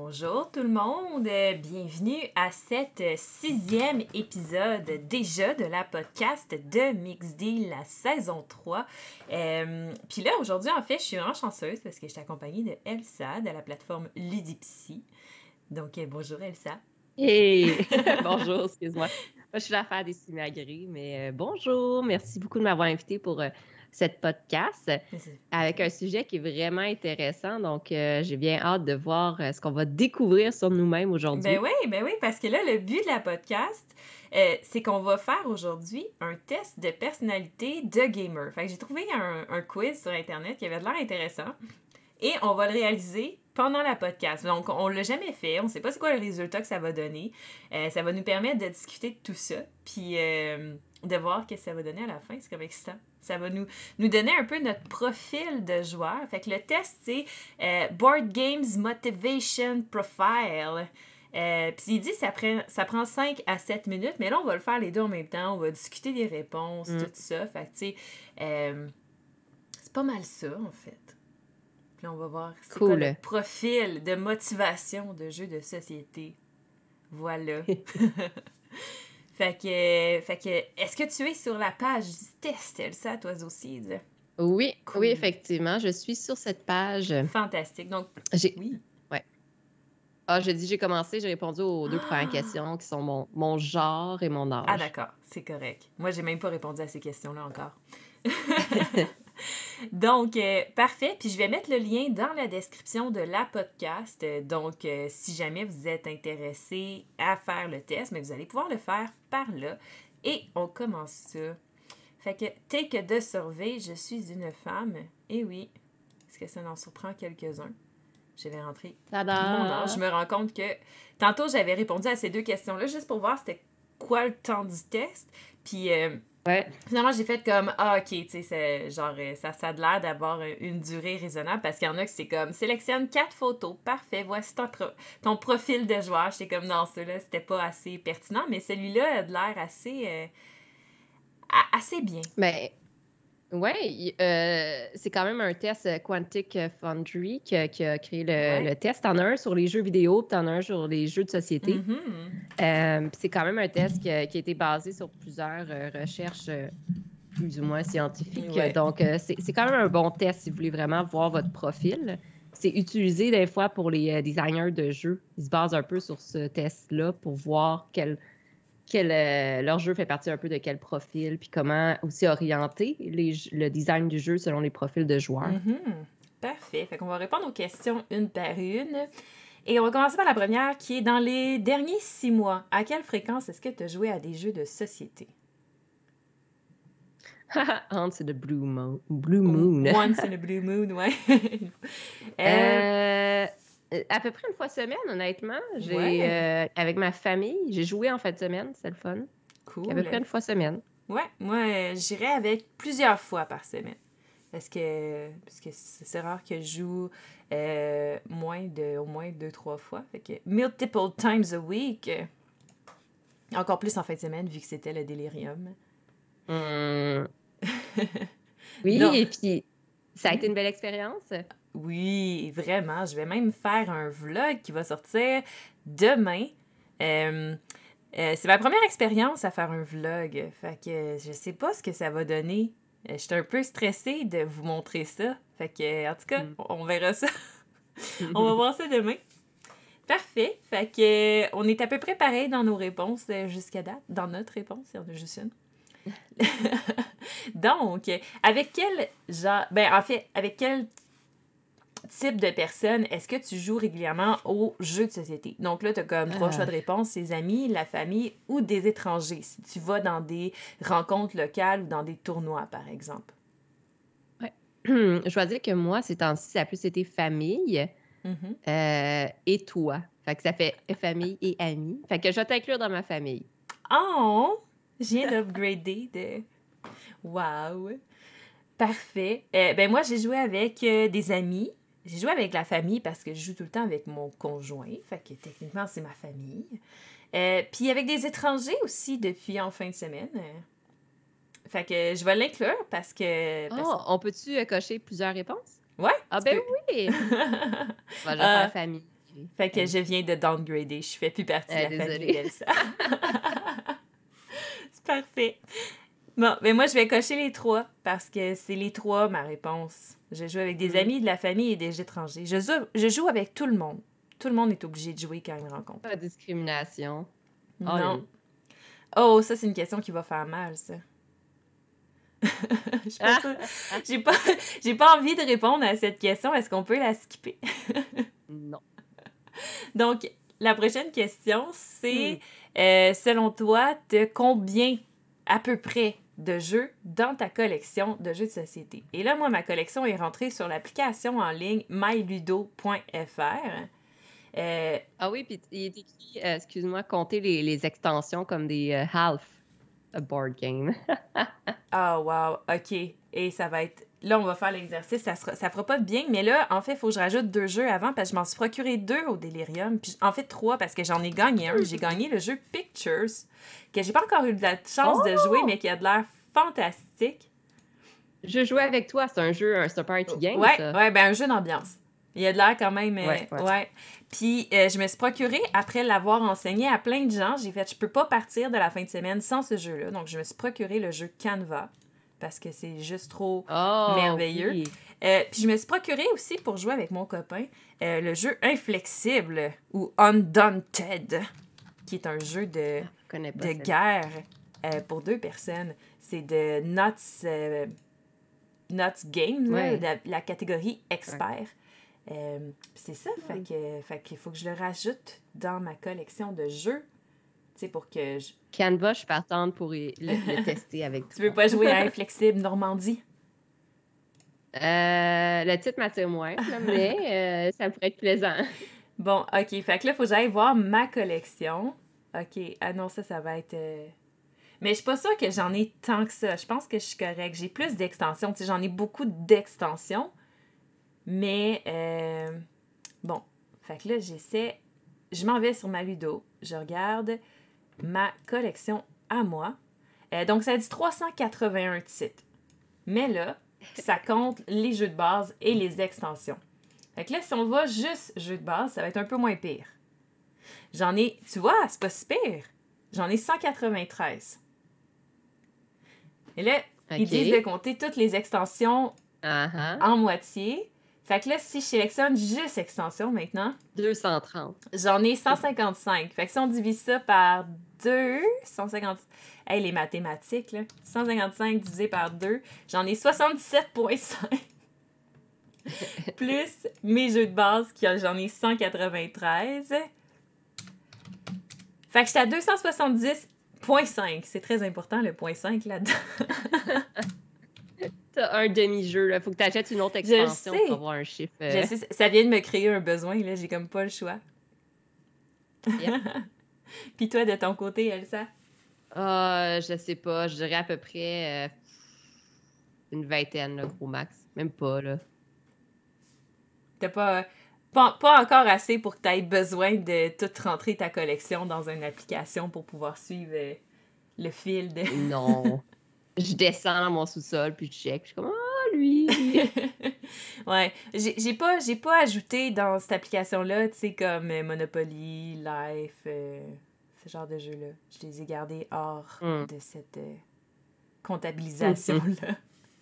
Bonjour tout le monde, bienvenue à cet 6e épisode déjà de la podcast de Mixed, la saison 3. Puis là, aujourd'hui, en fait, je suis vraiment chanceuse parce que je suis accompagnée de Elsa de la plateforme Ludipsy. Donc, bonjour Elsa. Hey! Bonjour, excuse-moi. Moi, je suis là à faire des simagrées, mais bonjour, merci beaucoup de m'avoir invité pour cette podcast avec un sujet qui est vraiment intéressant. Donc, j'ai bien hâte de voir ce qu'on va découvrir sur nous-mêmes aujourd'hui. Ben oui, parce que là, le but de la podcast, c'est qu'on va faire aujourd'hui un test de personnalité de gamer. Fait que j'ai trouvé un quiz sur Internet qui avait de l'air intéressant. Et on va le réaliser pendant la podcast. Donc, on l'a jamais fait. On sait pas c'est quoi le résultat que ça va donner. Ça va nous permettre de discuter de tout ça. Puis de voir ce que ça va donner à la fin. C'est comme excitant. Ça va nous donner un peu notre profil de joueur. Fait que le test, c'est Board Games Motivation Profile. Puis il dit que ça prend 5 à 7 minutes. Mais là, on va le faire les deux en même temps. On va discuter des réponses, tout ça. Fait que, tu sais, c'est pas mal ça, en fait. Puis là, on va voir c'est quoi le profil de motivation de jeu de société. Voilà. fait que, est-ce que tu es sur la page du test, Elsa, toi aussi? Oui, cool. Oui, effectivement, je suis sur cette page. Fantastique. Donc, oui. Ouais. Ah, j'ai commencé, j'ai répondu aux deux premières questions qui sont mon genre et mon âge. Ah, d'accord, c'est correct. Moi, j'ai même pas répondu à ces questions-là encore. Donc, parfait. Puis je vais mettre le lien dans la description de la podcast. Donc, si jamais vous êtes intéressé à faire le test, mais vous allez pouvoir le faire par là. Et on commence ça. Fait que, take de survey, je suis une femme. Et oui, est-ce que ça en surprend quelques-uns? Je vais rentrer mon âge. Je me rends compte que tantôt, j'avais répondu à ces deux questions-là juste pour voir c'était quoi le temps du test. Puis... finalement, j'ai fait comme, ok, tu sais, genre, ça a l'air d'avoir une durée raisonnable parce qu'il y en a que c'est comme, sélectionne 4 photos, parfait, voici ton profil de joueur. J'étais comme, non, celui-là, c'était pas assez pertinent, mais celui-là a de l'air assez bien. Mais, ouais, c'est quand même un test Quantic Foundry qui a créé le test. T'en as un sur les jeux vidéo, puis t'en as un sur les jeux de société. C'est quand même un test qui a été basé sur plusieurs recherches plus ou moins scientifiques. Ouais. Donc, c'est quand même un bon test si vous voulez vraiment voir votre profil. C'est utilisé des fois pour les designers de jeux. Ils se basent un peu sur ce test-là pour voir leur jeu fait partie un peu de quel profil, puis comment aussi orienter le design du jeu selon les profils de joueurs. Parfait. Fait qu'on va répondre aux questions une par une. Et on va commencer par la première qui est dans les derniers 6 mois. À quelle fréquence est-ce que tu as joué à des jeux de société? Once in a blue moon. Once in a blue moon, ouais. À peu près une fois semaine, honnêtement. Avec ma famille, j'ai joué en fin de semaine, c'est le fun. Cool. À peu près une fois semaine. Ouais, moi, j'irais avec plusieurs fois par semaine. Parce que c'est rare que je joue au moins 2-3 fois. Fait que multiple times a week. Encore plus en fin de semaine, vu que c'était le délirium. Oui, non. Et puis, ça a été une belle expérience. Oui, vraiment. Je vais même faire un vlog qui va sortir demain. C'est ma première expérience à faire un vlog. Fait que je sais pas ce que ça va donner. J'étais un peu stressée de vous montrer ça. Fait que, en tout cas, on verra ça. On va voir ça demain. Parfait. Fait que, on est à peu près pareil dans nos réponses jusqu'à date. Dans notre réponse, il y en a juste une. Donc, avec quel genre... avec quel type de personne est-ce que tu joues régulièrement aux jeux de société? Donc là, tu as comme 3 choix de réponse, ses amis, la famille ou des étrangers, si tu vas dans des rencontres locales ou dans des tournois, par exemple. Ouais. Je dois dire que moi, ces temps-ci, ça a plus été famille et toi. Fait que ça fait famille et amis. Fait que je vais t'inclure dans ma famille. Oh! Je viens d'upgrader de... Wow! Parfait. Ben moi, j'ai joué avec des amis. J'ai joué avec la famille parce que je joue tout le temps avec mon conjoint. Fait que techniquement, c'est ma famille. Puis avec des étrangers aussi depuis en fin de semaine. Fait que je vais l'inclure parce que... on peut-tu cocher plusieurs réponses? Ouais. Ah ben oui! Je vais faire famille. Fait que je viens de downgrader. Je fais plus partie de la famille d'Elsa. C'est parfait. Bon, mais moi, je vais cocher les 3 parce que c'est les 3 ma réponse. Je joue avec des amis de la famille et des étrangers. Je joue avec tout le monde. Tout le monde est obligé de jouer quand il me rencontre. Pas de discrimination. Non. Oh, ça, c'est une question qui va faire mal, ça. Je suis pas sûre. J'ai pas envie de répondre à cette question. Est-ce qu'on peut la skipper? Non. Donc, la prochaine question, c'est selon toi, t'as combien à peu près de jeux dans ta collection de jeux de société? Et là, moi, ma collection est rentrée sur l'application en ligne myludo.fr. Ah oui, puis il est écrit, excuse-moi, compter les extensions comme des half a board game. Ah, wow, OK. Et ça va être... Là, on va faire l'exercice. Ça fera pas de bien, mais là, en fait, il faut que je rajoute 2 jeux avant parce que je m'en suis procuré 2 au Delirium. Puis, en fait, 3 parce que j'en ai gagné un. J'ai gagné le jeu Pictures, que j'ai pas encore eu la chance de jouer, mais qui a de l'air fantastique. Je jouais avec toi. C'est un party game, ça? Ouais, ben un jeu d'ambiance. Il a de l'air quand même... Ouais. Puis, je me suis procuré, après l'avoir enseigné à plein de gens, j'ai fait, je peux pas partir de la fin de semaine sans ce jeu-là. Donc, je me suis procuré le jeu Canva, parce que c'est juste trop merveilleux. Oui. Puis, je me suis procuré aussi, pour jouer avec mon copain, le jeu Inflexible, ou Undaunted, qui est un jeu de guerre pour 2 personnes. C'est de Nuts Games, la catégorie expert. C'est ça, fait qu'il faut que je le rajoute dans ma collection de jeux, tu sais, pour que je... Canva, je suis partante pour le tester avec toi. Tu veux pas jouer à Inflexible Normandie? Le titre m'attire moins, mais ça pourrait être plaisant. Bon, OK, fait que là, il faut que j'aille voir ma collection. OK, ah non, ça va être... Mais je suis pas sûre que j'en ai tant que ça. Je pense que je suis correcte. J'ai plus d'extensions, tu sais, j'en ai beaucoup d'extensions. Mais, bon, fait que là, je m'en vais sur ma Ludo, je regarde ma collection à moi. Donc, ça dit 381 titres. Mais là, ça compte les jeux de base et les extensions. Fait que là, si on va juste jeux de base, ça va être un peu moins pire. J'en ai, tu vois, c'est pas si pire. J'en ai 193. Et là, ils disent de compter toutes les extensions en moitié. Fait que là, si je sélectionne juste extension maintenant... 230. J'en ai 155. Fait que si on divise ça par 2... 150... Hey, les mathématiques, là. 155 divisé par 2, j'en ai 77,5. Plus mes jeux de base, j'en ai 193. Fait que j'étais à 270,5. C'est très important, le point 5 là-dedans. T'as un demi-jeu, là. Faut que t'achètes une autre extension pour avoir un chiffre. Je sais, ça vient de me créer un besoin, là. J'ai comme pas le choix. Yep. Puis toi, de ton côté, Elsa? Je sais pas. Je dirais à peu près une vingtaine, là, gros max. Même pas, là. T'as pas encore assez pour que t'aies besoin de tout rentrer ta collection dans une application pour pouvoir suivre le fil de... Non. Je descends dans mon sous-sol, puis je check, puis je suis comme « Ah, lui! » Ouais. J'ai pas ajouté dans cette application-là, tu sais, comme Monopoly, Life, ce genre de jeux-là. Je les ai gardés hors de cette comptabilisation-là.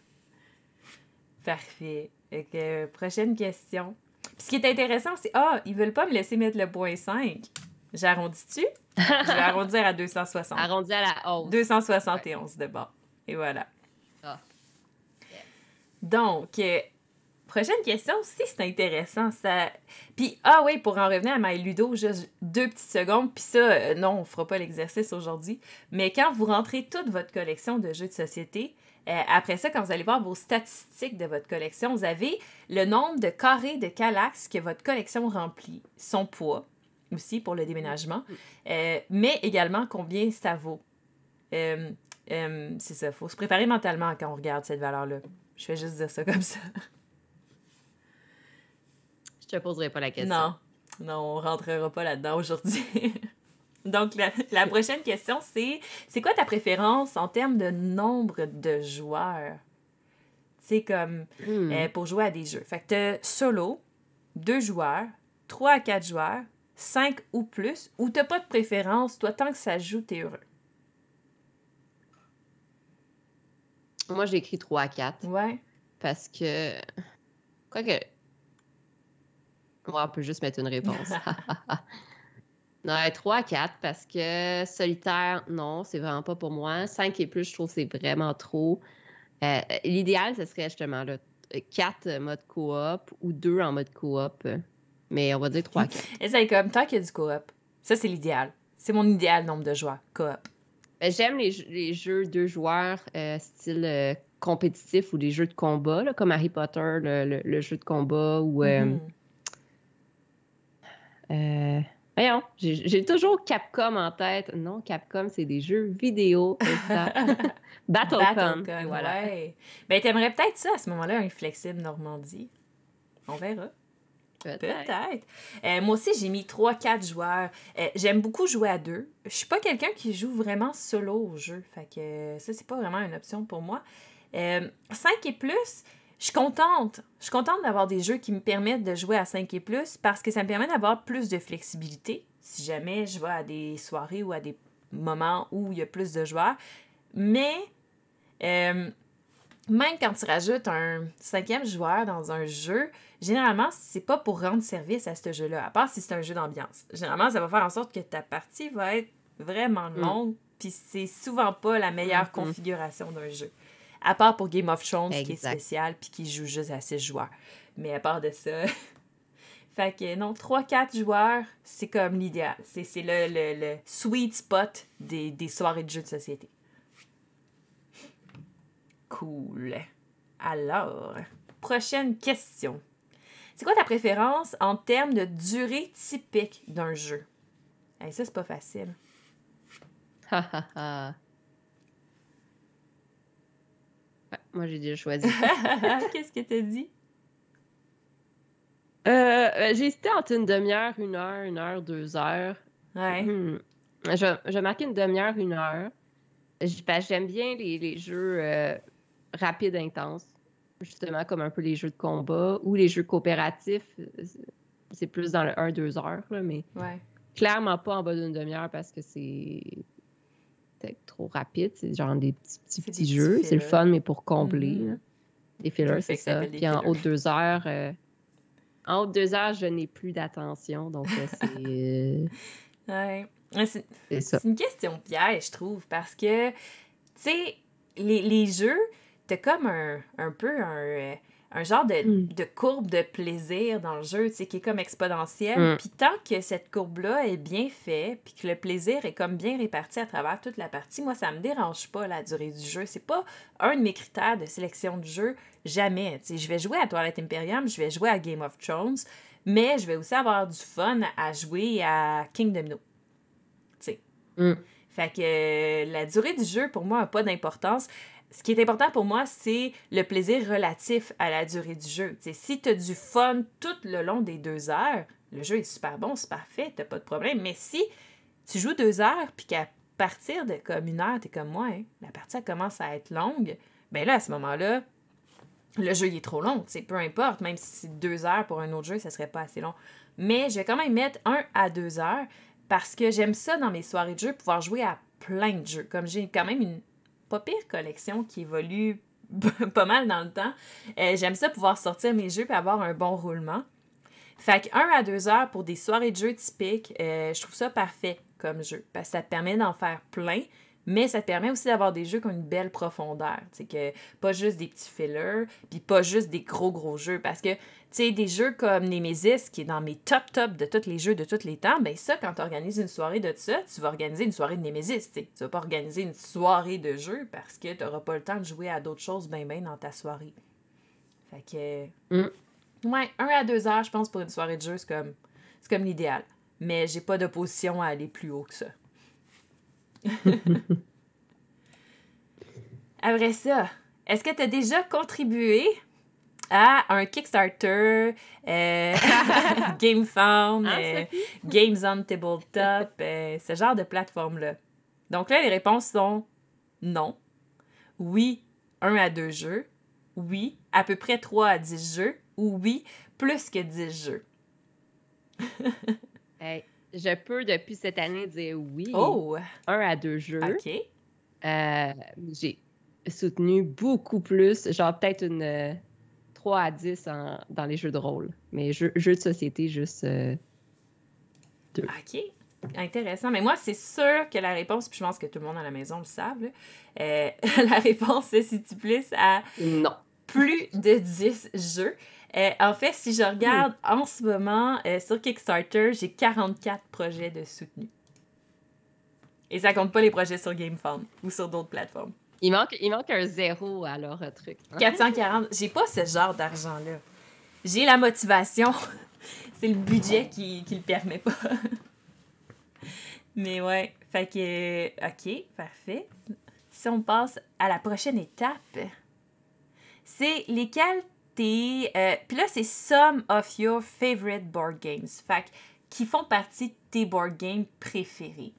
Parfait. Fait que, prochaine question. Puis ce qui est intéressant, c'est ils veulent pas me laisser mettre le point 5. J'arrondis-tu? Je vais arrondir à 260. Arrondi à la hausse. 271 de bord. Et voilà. Ah. Yeah. Donc, prochaine question aussi, c'est intéressant. Ça... Puis, oui, pour en revenir à MyLudo, juste 2 petites secondes. Puis ça, non, on fera pas l'exercice aujourd'hui. Mais quand vous rentrez toute votre collection de jeux de société, après ça, quand vous allez voir vos statistiques de votre collection, vous avez le nombre de carrés de Kallax que votre collection remplit, son poids aussi pour le déménagement, mais également combien ça vaut. C'est ça, il faut se préparer mentalement quand on regarde cette valeur-là. Je vais juste dire ça comme ça. Je te poserai pas la question. Non, on rentrera pas là-dedans aujourd'hui. Donc, la prochaine question, c'est quoi ta préférence en termes de nombre de joueurs? C'est comme pour jouer à des jeux. Fait que t'as solo, 2 joueurs, 3 à 4 joueurs, 5 ou plus, ou t'as pas de préférence, toi, tant que ça joue, t'es heureux? Moi, j'ai écrit 3 à 4 Ouais. parce que... Quoique... Ouais, on peut juste mettre une réponse. Non, 3 à 4 parce que solitaire, non, c'est vraiment pas pour moi. 5 et plus, je trouve que c'est vraiment trop. L'idéal, ce serait justement là, 4 mode coop ou 2 en mode coop. Mais on va dire 3 à 4. Et c'est comme tant qu'il y a du coop. Ça, c'est l'idéal. C'est mon idéal nombre de joueurs, coop. J'aime les jeux 2 joueurs style compétitif ou des jeux de combat, là, comme Harry Potter, le jeu de combat ou... voyons, j'ai toujours Capcom en tête. Non, Capcom, c'est des jeux vidéo, c'est ça. Battlecon, et Battlecon, voilà. ouais. Ben, t'aimerais peut-être ça à ce moment-là, un flexible Normandie. On verra. Peut-être. Moi aussi, j'ai mis 3-4 joueurs. J'aime beaucoup jouer à deux. Je suis pas quelqu'un qui joue vraiment solo au jeu. Fait que ça, c'est pas vraiment une option pour moi. 5 et plus, je suis contente. Je suis contente d'avoir des jeux qui me permettent de jouer à 5 et plus parce que ça me permet d'avoir plus de flexibilité si jamais je vais à des soirées ou à des moments où il y a plus de joueurs. Mais même quand tu rajoutes un 5e joueur dans un jeu, généralement, c'est pas pour rendre service à ce jeu-là, à part si c'est un jeu d'ambiance. Généralement, ça va faire en sorte que ta partie va être vraiment longue, puis c'est souvent pas la meilleure configuration d'un jeu. À part pour Game of Thrones, qui est spécial, puis qui joue juste à 6 joueurs. Mais à part de ça... Fait que non, 3-4 joueurs, c'est comme l'idéal. C'est le sweet spot des soirées de jeux de société. Cool. Alors, prochaine question. C'est quoi ta préférence en termes de durée typique d'un jeu? Hey, ça, c'est pas facile. Ouais, moi, j'ai déjà choisi. Qu'est-ce que t'as dit? J'ai hésité entre une demi-heure, 1 heure, 2 heures. Ouais. Je vais marquer une demi-heure, 1 heure. J'aime bien les jeux rapides, intenses. Justement, comme un peu les jeux de combat ou les jeux coopératifs. C'est plus dans le 1-2 heures, là, mais clairement pas en bas d'une demi-heure parce que c'est peut-être trop rapide. C'est genre des petits jeux. C'est le fun, mais pour combler. Là. Des fillers, c'est ça. Puis en haut de 2 heures... En haut de 2 heures, je n'ai plus d'attention, donc c'est... Ouais. C'est ça. C'est une question piège, je trouve, parce que, tu sais, les jeux, t'as comme un peu un genre de courbe de plaisir dans le jeu, tu sais, qui est comme exponentielle. Puis tant que cette courbe-là est bien faite, puis que le plaisir est comme bien réparti à travers toute la partie, moi, ça me dérange pas, la durée du jeu. C'est pas un de mes critères de sélection du jeu, jamais. Tu sais, je vais jouer à Twilight Imperium, je vais jouer à Game of Thrones, mais je vais aussi avoir du fun à jouer à Kingdom No. Tu sais. Fait que la durée du jeu, pour moi, n'a pas d'importance. Ce qui est important pour moi, c'est le plaisir relatif à la durée du jeu. T'sais, si tu as du fun tout le long des 2 heures, le jeu est super bon, c'est parfait, t'as pas de problème. Mais si tu joues 2 heures, puis qu'à partir de comme 1 heure, t'es comme moi, hein, la partie elle commence à être longue, ben là, à ce moment-là, le jeu il est trop long. Peu importe, même si c'est 2 heures pour un autre jeu, ça serait pas assez long. Mais je vais quand même mettre 1 à 2 heures parce que j'aime ça dans mes soirées de jeu, pouvoir jouer à plein de jeux. Comme j'ai quand même une pas pire collection qui évolue pas mal dans le temps. J'aime ça pouvoir sortir mes jeux et avoir un bon roulement. Fait que 1 à 2 heures pour des soirées de jeux typiques, je trouve ça parfait comme jeu. Parce que ça te permet d'en faire plein, mais ça te permet aussi d'avoir des jeux qui ont une belle profondeur. Tu sais, que pas juste des petits fillers, puis pas juste des gros jeux. Parce que, tu sais, des jeux comme Nemesis, qui est dans mes top de tous les jeux de tous les temps, ben ça, quand tu organises une soirée de ça, tu vas organiser une soirée de Nemesis, tu sais. Tu vas pas organiser une soirée de jeu parce que tu n'auras pas le temps de jouer à d'autres choses ben dans ta soirée. Fait que... Ouais, 1 à 2 heures, je pense, pour une soirée de jeu, c'est comme l'idéal. Mais j'ai pas d'opposition à aller plus haut que ça. Après ça, est-ce que tu as déjà contribué à un Kickstarter, GameFound, Games on Tabletop, ce genre de plateforme-là? Donc là, les réponses sont non, oui, 1 à 2 jeux, oui, à peu près 3 à 10 jeux, ou oui, plus que 10 jeux. Hey, je peux, depuis cette année, dire oui. Oh! 1 à 2 jeux. OK. J'ai soutenu beaucoup plus, genre peut-être une 3 à 10 dans les jeux de rôle. Mais jeux de société, juste 2. OK. Intéressant. Mais moi, c'est sûr que la réponse, puis je pense que tout le monde à la maison le savent, là, la réponse se situe plus à Non. plus de 10 jeux. En fait, si je regarde en ce moment sur Kickstarter, j'ai 44 projets de soutenus. Et ça compte pas les projets sur GameFound ou sur d'autres plateformes. Il manque un 0 à leur truc. 440, j'ai pas ce genre d'argent-là. J'ai la motivation. C'est le budget qui le permet pas. Mais ouais, fait que... OK, parfait. Si on passe à la prochaine étape, c'est lesquels tes... Puis là, c'est some of your favorite board games. Fait que, qui font partie de tes board games préférés.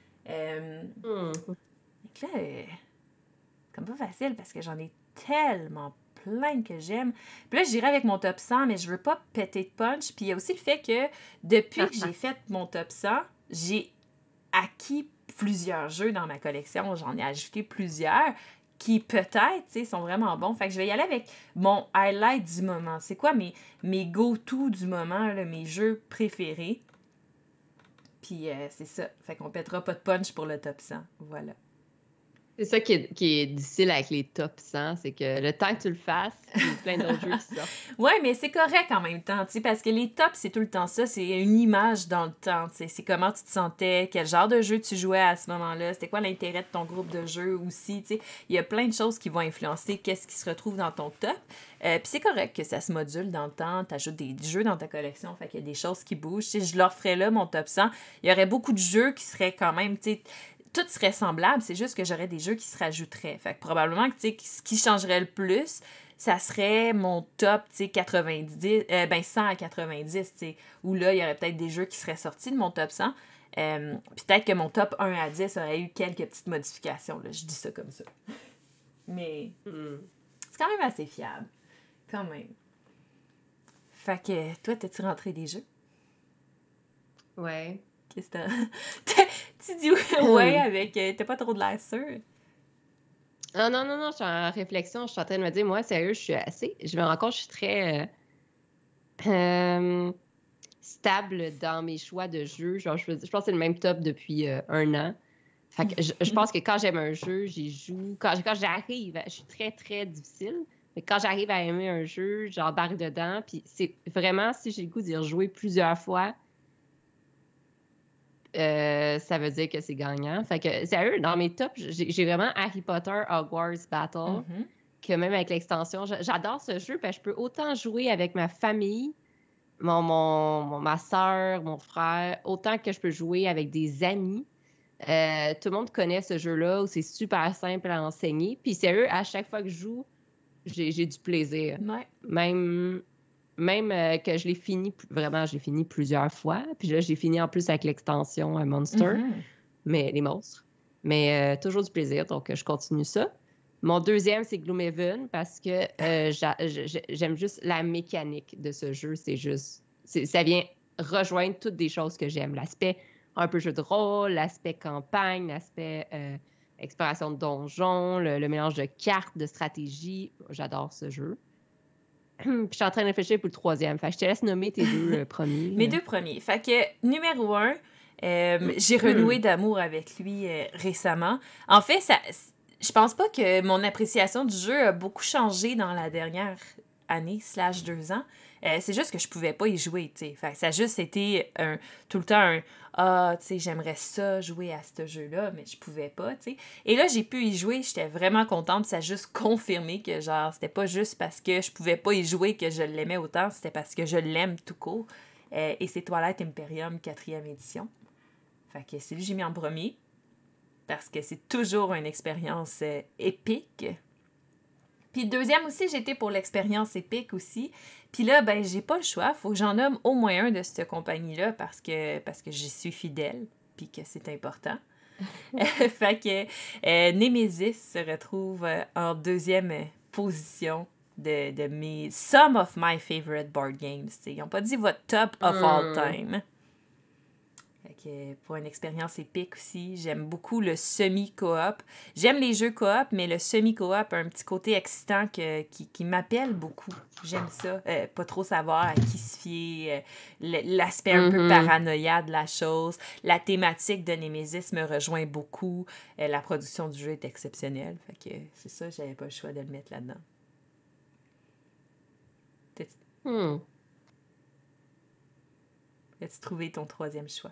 Donc là, c'est comme pas facile parce que j'en ai tellement plein que j'aime. Puis là, j'irai avec mon top 100, mais je veux pas péter de punch. Puis il y a aussi le fait que depuis que j'ai fait mon top 100, j'ai acquis plusieurs jeux dans ma collection. J'en ai ajouté plusieurs qui peut-être, tu sais, sont vraiment bons. Fait que je vais y aller avec mon highlight du moment. C'est quoi mes go-to du moment, là, mes jeux préférés. Puis c'est ça. Fait qu'on pètera pas de punch pour le top 100. Voilà. C'est ça qui est difficile avec les top 100, c'est que le temps que tu le fasses, il y a plein d'autres jeux qui sortent. Ouais, mais c'est correct en même temps, tu sais, parce que les tops, c'est tout le temps ça, c'est une image dans le temps, tu sais, c'est comment tu te sentais, quel genre de jeu tu jouais à ce moment-là, c'était quoi l'intérêt de ton groupe de jeux aussi, tu sais, il y a plein de choses qui vont influencer qu'est-ce qui se retrouve dans ton top, puis c'est correct que ça se module dans le temps, t'ajoutes des jeux dans ta collection, fait qu'il y a des choses qui bougent, tu sais, je leur ferais là, mon top 100, il y aurait beaucoup de jeux qui seraient quand même, tu sais, tout serait semblable, c'est juste que j'aurais des jeux qui se rajouteraient. Fait que probablement que, tu sais, ce qui changerait le plus, ça serait mon top, tu sais, 90, 100 à 90, tu sais, où là, il y aurait peut-être des jeux qui seraient sortis de mon top 100. Peut-être que mon top 1 à 10 aurait eu quelques petites modifications, là, je dis ça comme ça. Mais c'est quand même assez fiable, quand même. Fait que, toi, t'as-tu rentré des jeux? Ouais. Qu'est-ce que t'as... Tu dis ouais avec... t'as pas trop de l'air sûr? Ah non, je suis en réflexion, je suis en train de me dire, moi, sérieux, je me rends compte, je suis très stable dans mes choix de jeux. Genre, je pense que c'est le même top depuis 1 an. Fait que je pense que quand j'aime un jeu, j'y joue. Quand j'arrive, je suis très, très difficile. Mais quand j'arrive à aimer un jeu, j'embarque dedans. Puis c'est vraiment, si j'ai le goût d'y rejouer plusieurs fois, ça veut dire que c'est gagnant. Fait que, sérieux, dans mes tops, j'ai vraiment Harry Potter Hogwarts Battle, que même avec l'extension, j'adore ce jeu, parce que je peux autant jouer avec ma famille, ma soeur, mon frère, autant que je peux jouer avec des amis. Tout le monde connaît ce jeu-là, où c'est super simple à enseigner. Puis sérieux, à chaque fois que je joue, j'ai du plaisir. Ouais. Même que je l'ai fini, vraiment, j'ai fini plusieurs fois. Puis là, j'ai fini en plus avec l'extension Monster, mais les monstres. Mais toujours du plaisir, donc je continue ça. Mon deuxième, c'est Gloomhaven, parce que j'aime juste la mécanique de ce jeu. Ça vient rejoindre toutes des choses que j'aime. L'aspect un peu jeu de rôle, l'aspect campagne, l'aspect exploration de donjons, le mélange de cartes, de stratégie. J'adore ce jeu. Puis je suis en train de réfléchir pour le troisième. Fait que je te laisse nommer tes deux premiers. Mes deux premiers. Fait que, numéro 1, j'ai renoué d'amour avec lui récemment. En fait, je pense pas que mon appréciation du jeu a beaucoup changé dans la dernière année / 2 ans. C'est juste que je pouvais pas y jouer, tu sais. Fait que ça a juste été tout le temps un « Ah, tu sais, j'aimerais ça jouer à ce jeu-là, mais je pouvais pas, tu sais. » Et là, j'ai pu y jouer, j'étais vraiment contente, ça a juste confirmé que, genre, c'était pas juste parce que je pouvais pas y jouer que je l'aimais autant, c'était parce que je l'aime tout court. Et c'est Twilight Imperium 4e édition. Fait que c'est lui que j'ai mis en premier, parce que c'est toujours une expérience épique. Puis deuxième aussi, j'étais pour l'expérience épique aussi. Puis là, ben, j'ai pas le choix. Faut que j'en nomme au moins un de cette compagnie-là parce que j'y suis fidèle, puis que c'est important. Fait que Nemesis se retrouve en deuxième position de mes... Some of my favorite board games, tu sais. Ils n'ont pas dit votre top of all time. Fait que pour une expérience épique aussi, j'aime beaucoup le semi-coop. J'aime les jeux coop, mais le semi-coop a un petit côté excitant qui m'appelle beaucoup. J'aime ça. Pas trop savoir à qui se fier, l'aspect un peu paranoïa de la chose. La thématique de Nemesis me rejoint beaucoup. La production du jeu est exceptionnelle. Fait que c'est ça, j'avais pas le choix de le mettre là-dedans. As-tu trouvé ton troisième choix?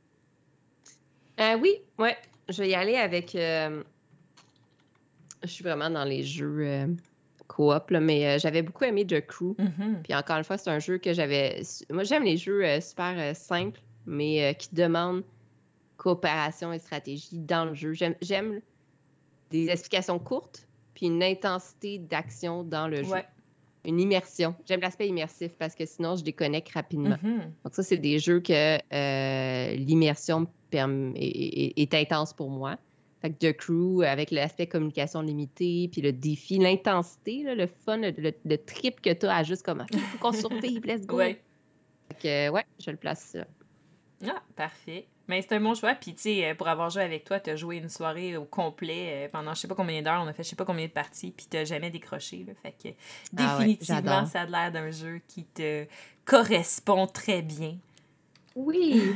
Oui, ouais. Je vais y aller avec... je suis vraiment dans les jeux coop, là, mais j'avais beaucoup aimé The Crew. Puis encore une fois, c'est un jeu que j'avais... Moi, j'aime les jeux super simples, mais qui demandent coopération et stratégie dans le jeu. J'aime des explications courtes, puis une intensité d'action dans le jeu. Ouais. Une immersion. J'aime l'aspect immersif parce que sinon, je déconnecte rapidement. Donc ça, c'est des jeux que l'immersion est intense pour moi. Fait que The Crew, avec l'aspect communication limitée, puis le défi, l'intensité, là, le fun, le trip que tu as à juste comme « faut qu'on survive, let's go! Ouais. » Fait que je le place là. Ah, parfait. Mais c'est un bon choix. Puis, tu sais, pour avoir joué avec toi, t'as joué une soirée au complet pendant je sais pas combien d'heures. On a fait je sais pas combien de parties. Puis, t'as jamais décroché. Là. Fait que, définitivement, ça a l'air d'un jeu qui te correspond très bien. Oui!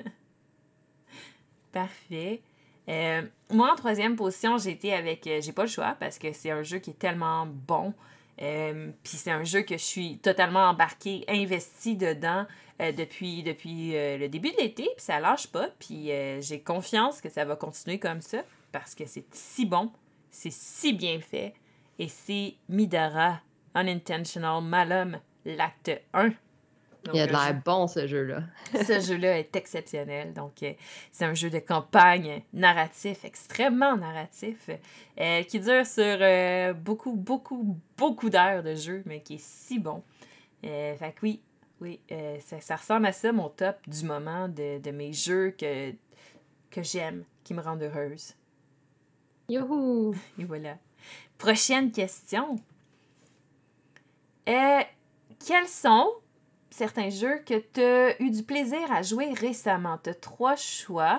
Parfait. Moi, en troisième position, j'ai été avec... j'ai pas le choix parce que c'est un jeu qui est tellement bon. Puis c'est un jeu que je suis totalement embarquée, investie dedans depuis le début de l'été, puis ça lâche pas, puis j'ai confiance que ça va continuer comme ça, parce que c'est si bon, c'est si bien fait, et c'est Midara, Unintentional Malum, l'acte 1. Donc, il a de l'air bon, ce jeu-là. Ce jeu-là est exceptionnel. Donc, c'est un jeu de campagne narratif, extrêmement narratif, qui dure sur beaucoup d'heures de jeu, mais qui est si bon. Fait que oui, ça ressemble à ça, mon top du moment de mes jeux que j'aime, qui me rendent heureuse. Youhou! Et voilà. Prochaine question. Quels sont certains jeux que tu as eu du plaisir à jouer récemment? Tu as 3 choix.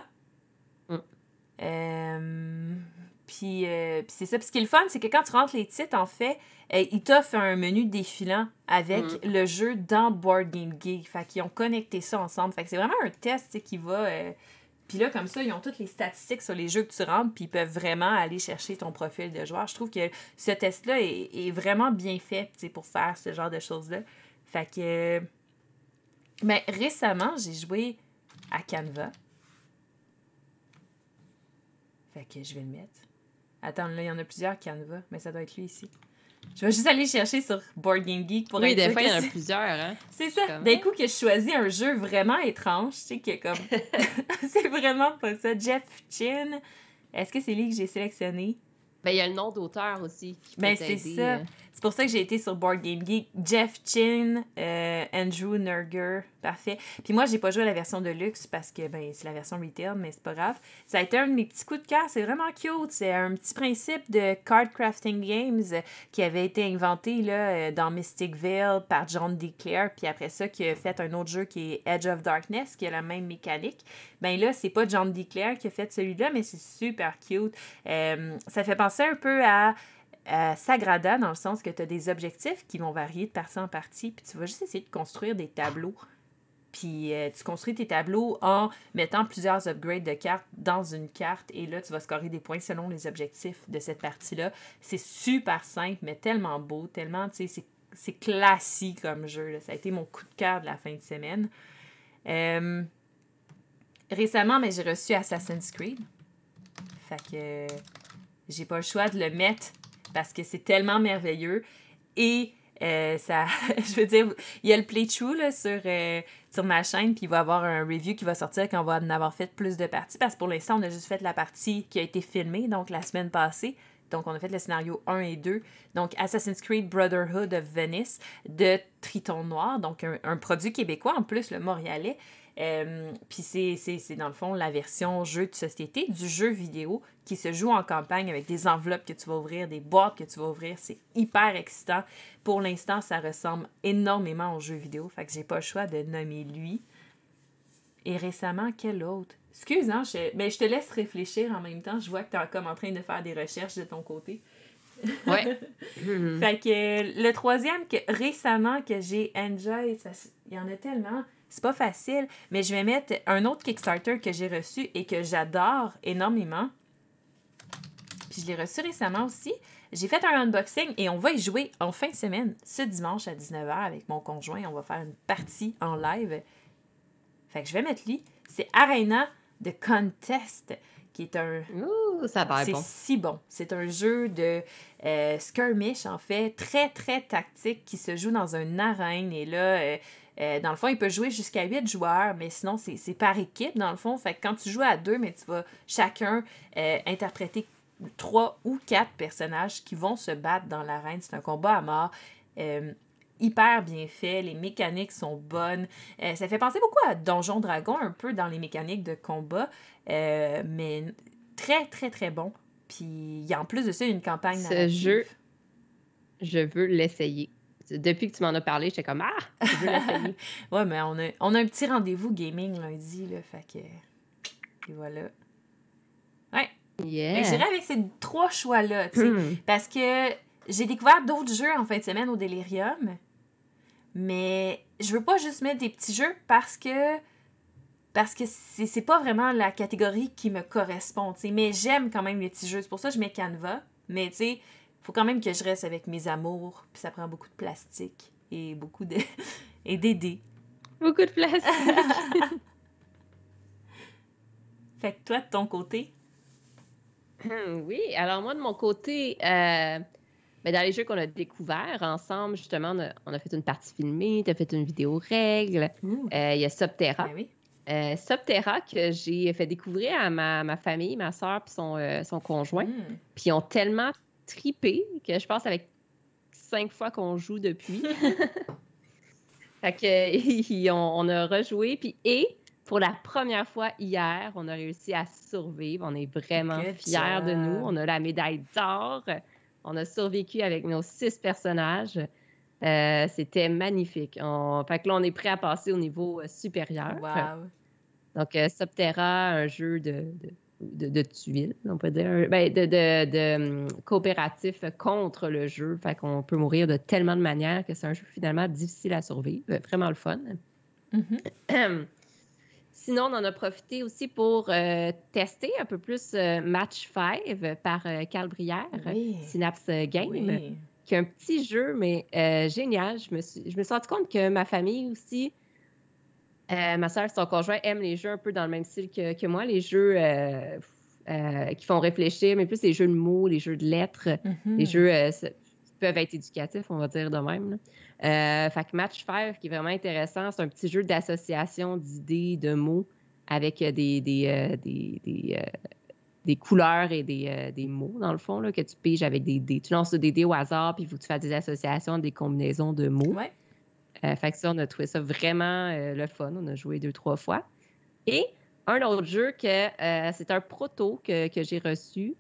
Puis c'est ça. Puis ce qui est le fun, c'est que quand tu rentres les titres, en fait, ils t'offrent un menu défilant avec le jeu dans Board Game Geek. Fait qu'ils ont connecté ça ensemble. Fait que c'est vraiment un test qui va... Puis là, comme ça, ils ont toutes les statistiques sur les jeux que tu rentres, puis ils peuvent vraiment aller chercher ton profil de joueur. Je trouve que ce test-là est vraiment bien fait pour faire ce genre de choses-là. Fait que... Mais récemment, j'ai joué à Canva. Fait que je vais le mettre. Attends, là, il y en a plusieurs Canva, mais ça doit être lui ici. Je vais juste aller chercher sur Board Game Geek pour être sûr. Oui, des fois, il y en a c'est... plusieurs, hein? C'est ça. D'un coup, que je choisis un jeu vraiment étrange, tu sais, que comme... c'est vraiment pas ça. Jeff Chin. Est-ce que c'est lui que j'ai sélectionné? Ben, il y a le nom d'auteur aussi qui peut c'est t'aider. Ça. C'est pour ça que j'ai été sur Board Game Geek. Jeff Chin, Andrew Nerger, parfait. Puis moi, j'ai pas joué à la version de luxe parce que c'est la version retail, mais c'est pas grave. Ça a été un de mes petits coups de cœur. C'est vraiment cute. C'est un petit principe de card crafting games qui avait été inventé là, dans Mystic Vale par John D. Clare. Puis après ça, qui a fait un autre jeu qui est Edge of Darkness, qui a la même mécanique. Là, c'est pas John D. Clare qui a fait celui-là, mais c'est super cute. Ça fait penser un peu à Sagrada, dans le sens que tu as des objectifs qui vont varier de partie en partie, puis tu vas juste essayer de construire des tableaux. Puis tu construis tes tableaux en mettant plusieurs upgrades de cartes dans une carte, et là, tu vas scorer des points selon les objectifs de cette partie-là. C'est super simple, mais tellement beau, tellement, tu sais, c'est classique comme jeu. Là. Ça a été mon coup de cœur de la fin de semaine. Récemment, j'ai reçu Assassin's Creed. Fait que j'ai pas le choix de le mettre parce que c'est tellement merveilleux. Et ça, je veux dire, il y a le playthrough là, sur ma chaîne, puis il va y avoir un review qui va sortir quand on va en avoir fait plus de parties, parce que pour l'instant, on a juste fait la partie qui a été filmée, donc la semaine passée. Donc, on a fait le scénario 1 et 2. Donc, Assassin's Creed Brotherhood of Venice de Triton Noir, donc un produit québécois, en plus, le Montréalais. Puis c'est dans le fond la version jeu de société du jeu vidéo qui se joue en campagne avec des enveloppes que tu vas ouvrir, des boîtes que tu vas ouvrir. C'est hyper excitant. Pour l'instant, ça ressemble énormément au jeu vidéo. Fait que j'ai pas le choix de nommer lui. Et récemment, quel autre? Excuse, hein, je te laisse réfléchir en même temps. Je vois que tu es comme en train de faire des recherches de ton côté. Ouais. Fait que le troisième récemment que j'ai enjoy, il y en a tellement, c'est pas facile, mais je vais mettre un autre Kickstarter que j'ai reçu et que j'adore énormément. Puis je l'ai reçu récemment aussi. J'ai fait un unboxing et on va y jouer en fin de semaine, ce dimanche à 19h avec mon conjoint. On va faire une partie en live. Fait que je vais mettre lui. C'est Arena de Contest, qui est un... Ouh, ça va être bon. C'est si bon. C'est un jeu de skirmish, en fait, très, très tactique, qui se joue dans une arène. Et là, dans le fond, il peut jouer jusqu'à 8 joueurs, mais sinon, c'est par équipe, dans le fond. Fait que quand tu joues à 2, mais tu vas chacun interpréter 3 ou 4 personnages qui vont se battre dans l'arène. C'est un combat à mort. Hyper bien fait, les mécaniques sont bonnes. Ça fait penser beaucoup à Donjon Dragon, un peu dans les mécaniques de combat, mais très, très, très bon. Puis, il y a en plus de ça une campagne narrative. Ce jeu, je veux l'essayer. Depuis que tu m'en as parlé, j'étais comme « Ah! Je veux l'essayer! » Ouais, mais on a un petit rendez-vous gaming lundi, là, fait que... Et voilà. Ouais. Yeah! J'irai avec ces 3 choix-là, tu sais, parce que j'ai découvert d'autres jeux en fin de semaine au Delirium, mais je veux pas juste mettre des petits jeux parce que c'est pas vraiment la catégorie qui me correspond, tu sais, mais j'aime quand même les petits jeux. C'est pour ça que je mets Canva, mais tu sais, faut quand même que je reste avec mes amours, puis ça prend beaucoup de plastique et beaucoup de... et des dés. Beaucoup de plastique! Fait que toi, de ton côté... Oui, alors moi, de mon côté, dans les jeux qu'on a découverts ensemble, justement, on a fait une partie filmée, tu as fait une vidéo règle. Il y a Subterra. Ben oui. Subterra que j'ai fait découvrir à ma famille, ma soeur puis son conjoint. Puis ils ont tellement tripé que je pense avec 5 fois qu'on joue depuis. Fait que on a rejoué. Et pour la première fois hier, on a réussi à survivre. On est vraiment fiers de nous. On a la médaille d'or. On a survécu avec nos 6 personnages. C'était magnifique. Fait que là, on est prêt à passer au niveau supérieur. Wow. Donc, Subterra, un jeu de tuiles, on peut dire. De coopératif contre le jeu. Fait qu'on peut mourir de tellement de manières que c'est un jeu finalement difficile à survivre. Vraiment le fun. Sinon, on en a profité aussi pour tester un peu plus Match 5 par Carl Brière, Synapse Game, qui est un petit jeu, mais génial. Je me suis rendu compte que ma famille aussi, ma soeur et son conjoint aiment les jeux un peu dans le même style que moi, les jeux qui font réfléchir, mais plus les jeux de mots, les jeux de lettres, les jeux qui peuvent être éducatifs, on va dire de même. Fait que Match 5, qui est vraiment intéressant, c'est un petit jeu d'association d'idées, de mots, avec des couleurs et des mots, dans le fond, là, que tu piges avec des dés. Tu lances des dés au hasard, puis il faut que tu fasses des associations, des combinaisons de mots. Ouais. Fait que ça, on a trouvé ça vraiment le fun. On a joué 2-3 fois. Et un autre jeu c'est un proto que j'ai reçu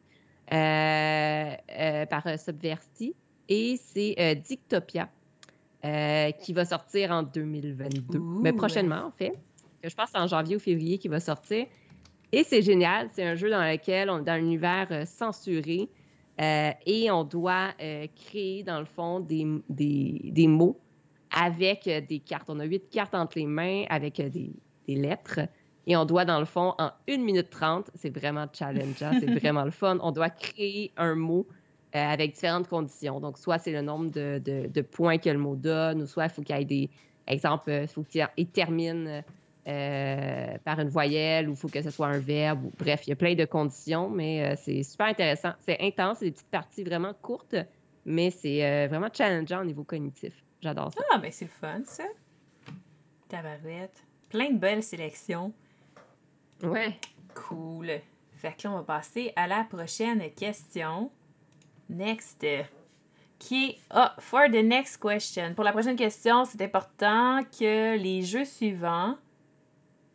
par Subverti. Et c'est Dictopia, qui va sortir en 2022. Mais prochainement, en fait. Que je pense en janvier ou février qui va sortir. Et c'est génial. C'est un jeu dans lequel on est dans un univers censuré. Et on doit créer, dans le fond, des mots avec des cartes. On a 8 cartes entre les mains avec des lettres. Et on doit, dans le fond, en 1 minute 30, c'est vraiment challengeant, c'est vraiment le fun, on doit créer un mot avec différentes conditions. Donc, soit c'est le nombre de points que le mot donne, ou soit il faut qu'il y ait des exemples, il faut qu'il termine par une voyelle, ou il faut que ce soit un verbe. Bref, il y a plein de conditions, mais c'est super intéressant. C'est intense, c'est des petites parties vraiment courtes, mais c'est vraiment challengeant au niveau cognitif. J'adore ça. Ah, ben c'est le fun, ça. Tabarouette. Plein de belles sélections. Ouais. Cool. Fait que là, on va passer à la prochaine question. Next. Qui est... for the next question. Pour la prochaine question, c'est important que les jeux suivants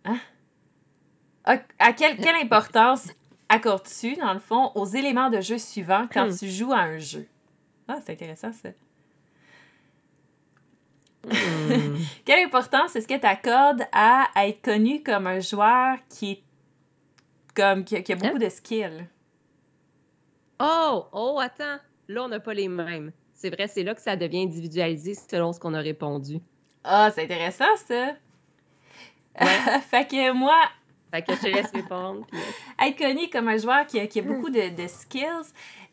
Quelle importance accordes-tu, dans le fond, aux éléments de jeu suivants quand tu joues à un jeu? Ah, c'est intéressant, ça. Quelle importance est-ce que tu accordes à être connu comme un joueur qui a beaucoup de skills? Attends. Là, on n'a pas les mêmes. C'est vrai, c'est là que ça devient individualisé selon ce qu'on a répondu. Ah, c'est intéressant, ça. Ouais. Fait que moi, Fait que je te laisse répondre. Puis... être connu comme un joueur qui a beaucoup de skills,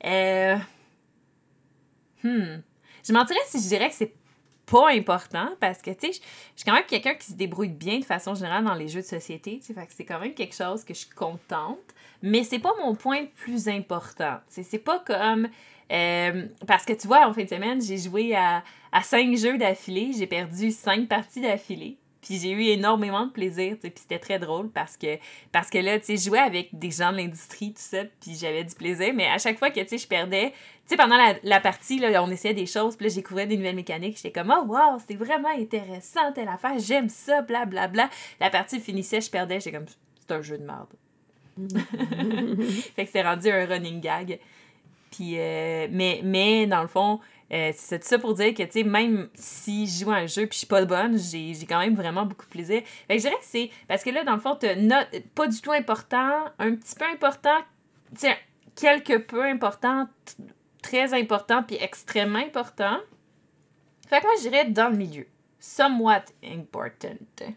je mentirais si je dirais que c'est pas important parce que, tu sais, je suis quand même quelqu'un qui se débrouille bien de façon générale dans les jeux de société, tu sais, fait que c'est quand même quelque chose que je suis contente, mais c'est pas mon point le plus important, tu sais, c'est pas comme... parce que, tu vois, en fin de semaine, j'ai joué à 5 jeux d'affilée, j'ai perdu 5 parties d'affilée, puis j'ai eu énormément de plaisir, tu sais, puis c'était très drôle parce que là, tu sais, je jouais avec des gens de l'industrie, tout ça, puis j'avais du plaisir, mais à chaque fois que, tu sais, je perdais, tu sais, pendant la partie, là, on essayait des choses, puis là, je découvrais des nouvelles mécaniques, j'étais comme « Oh, wow, c'était vraiment intéressant, telle affaire, j'aime ça, blablabla. Bla, bla. » La partie finissait, je perdais, j'étais comme « C'est un jeu de merde. » Fait que c'est rendu un running gag. Puis, mais dans le fond, c'est tout ça pour dire que, tu sais, même si je joue à un jeu puis je suis pas bonne, j'ai quand même vraiment beaucoup de plaisir. Fait que je dirais que c'est... Parce que là, dans le fond, t'as pas du tout important, un petit peu important, tu sais, quelque peu important, très important puis extrêmement important. Fait que moi, je dirais dans le milieu. Somewhat important.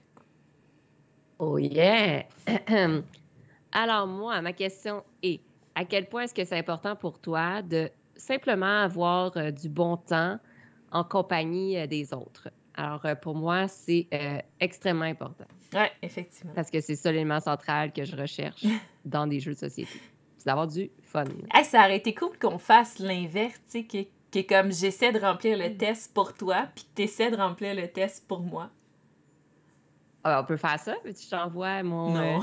Oh yeah! Alors moi, ma question est, à quel point est-ce que c'est important pour toi de simplement avoir du bon temps en compagnie des autres? Alors pour moi, c'est extrêmement important Ouais, effectivement. parce que c'est ça l'élément central que je recherche dans des jeux de société. C'est d'avoir du fun. Hey, ça aurait été cool qu'on fasse l'inverse, tu sais, que comme j'essaie de remplir le test pour toi, puis que tu essaies de remplir le test pour moi. Ah, on peut faire ça? Puis je t'envoie mon... Non.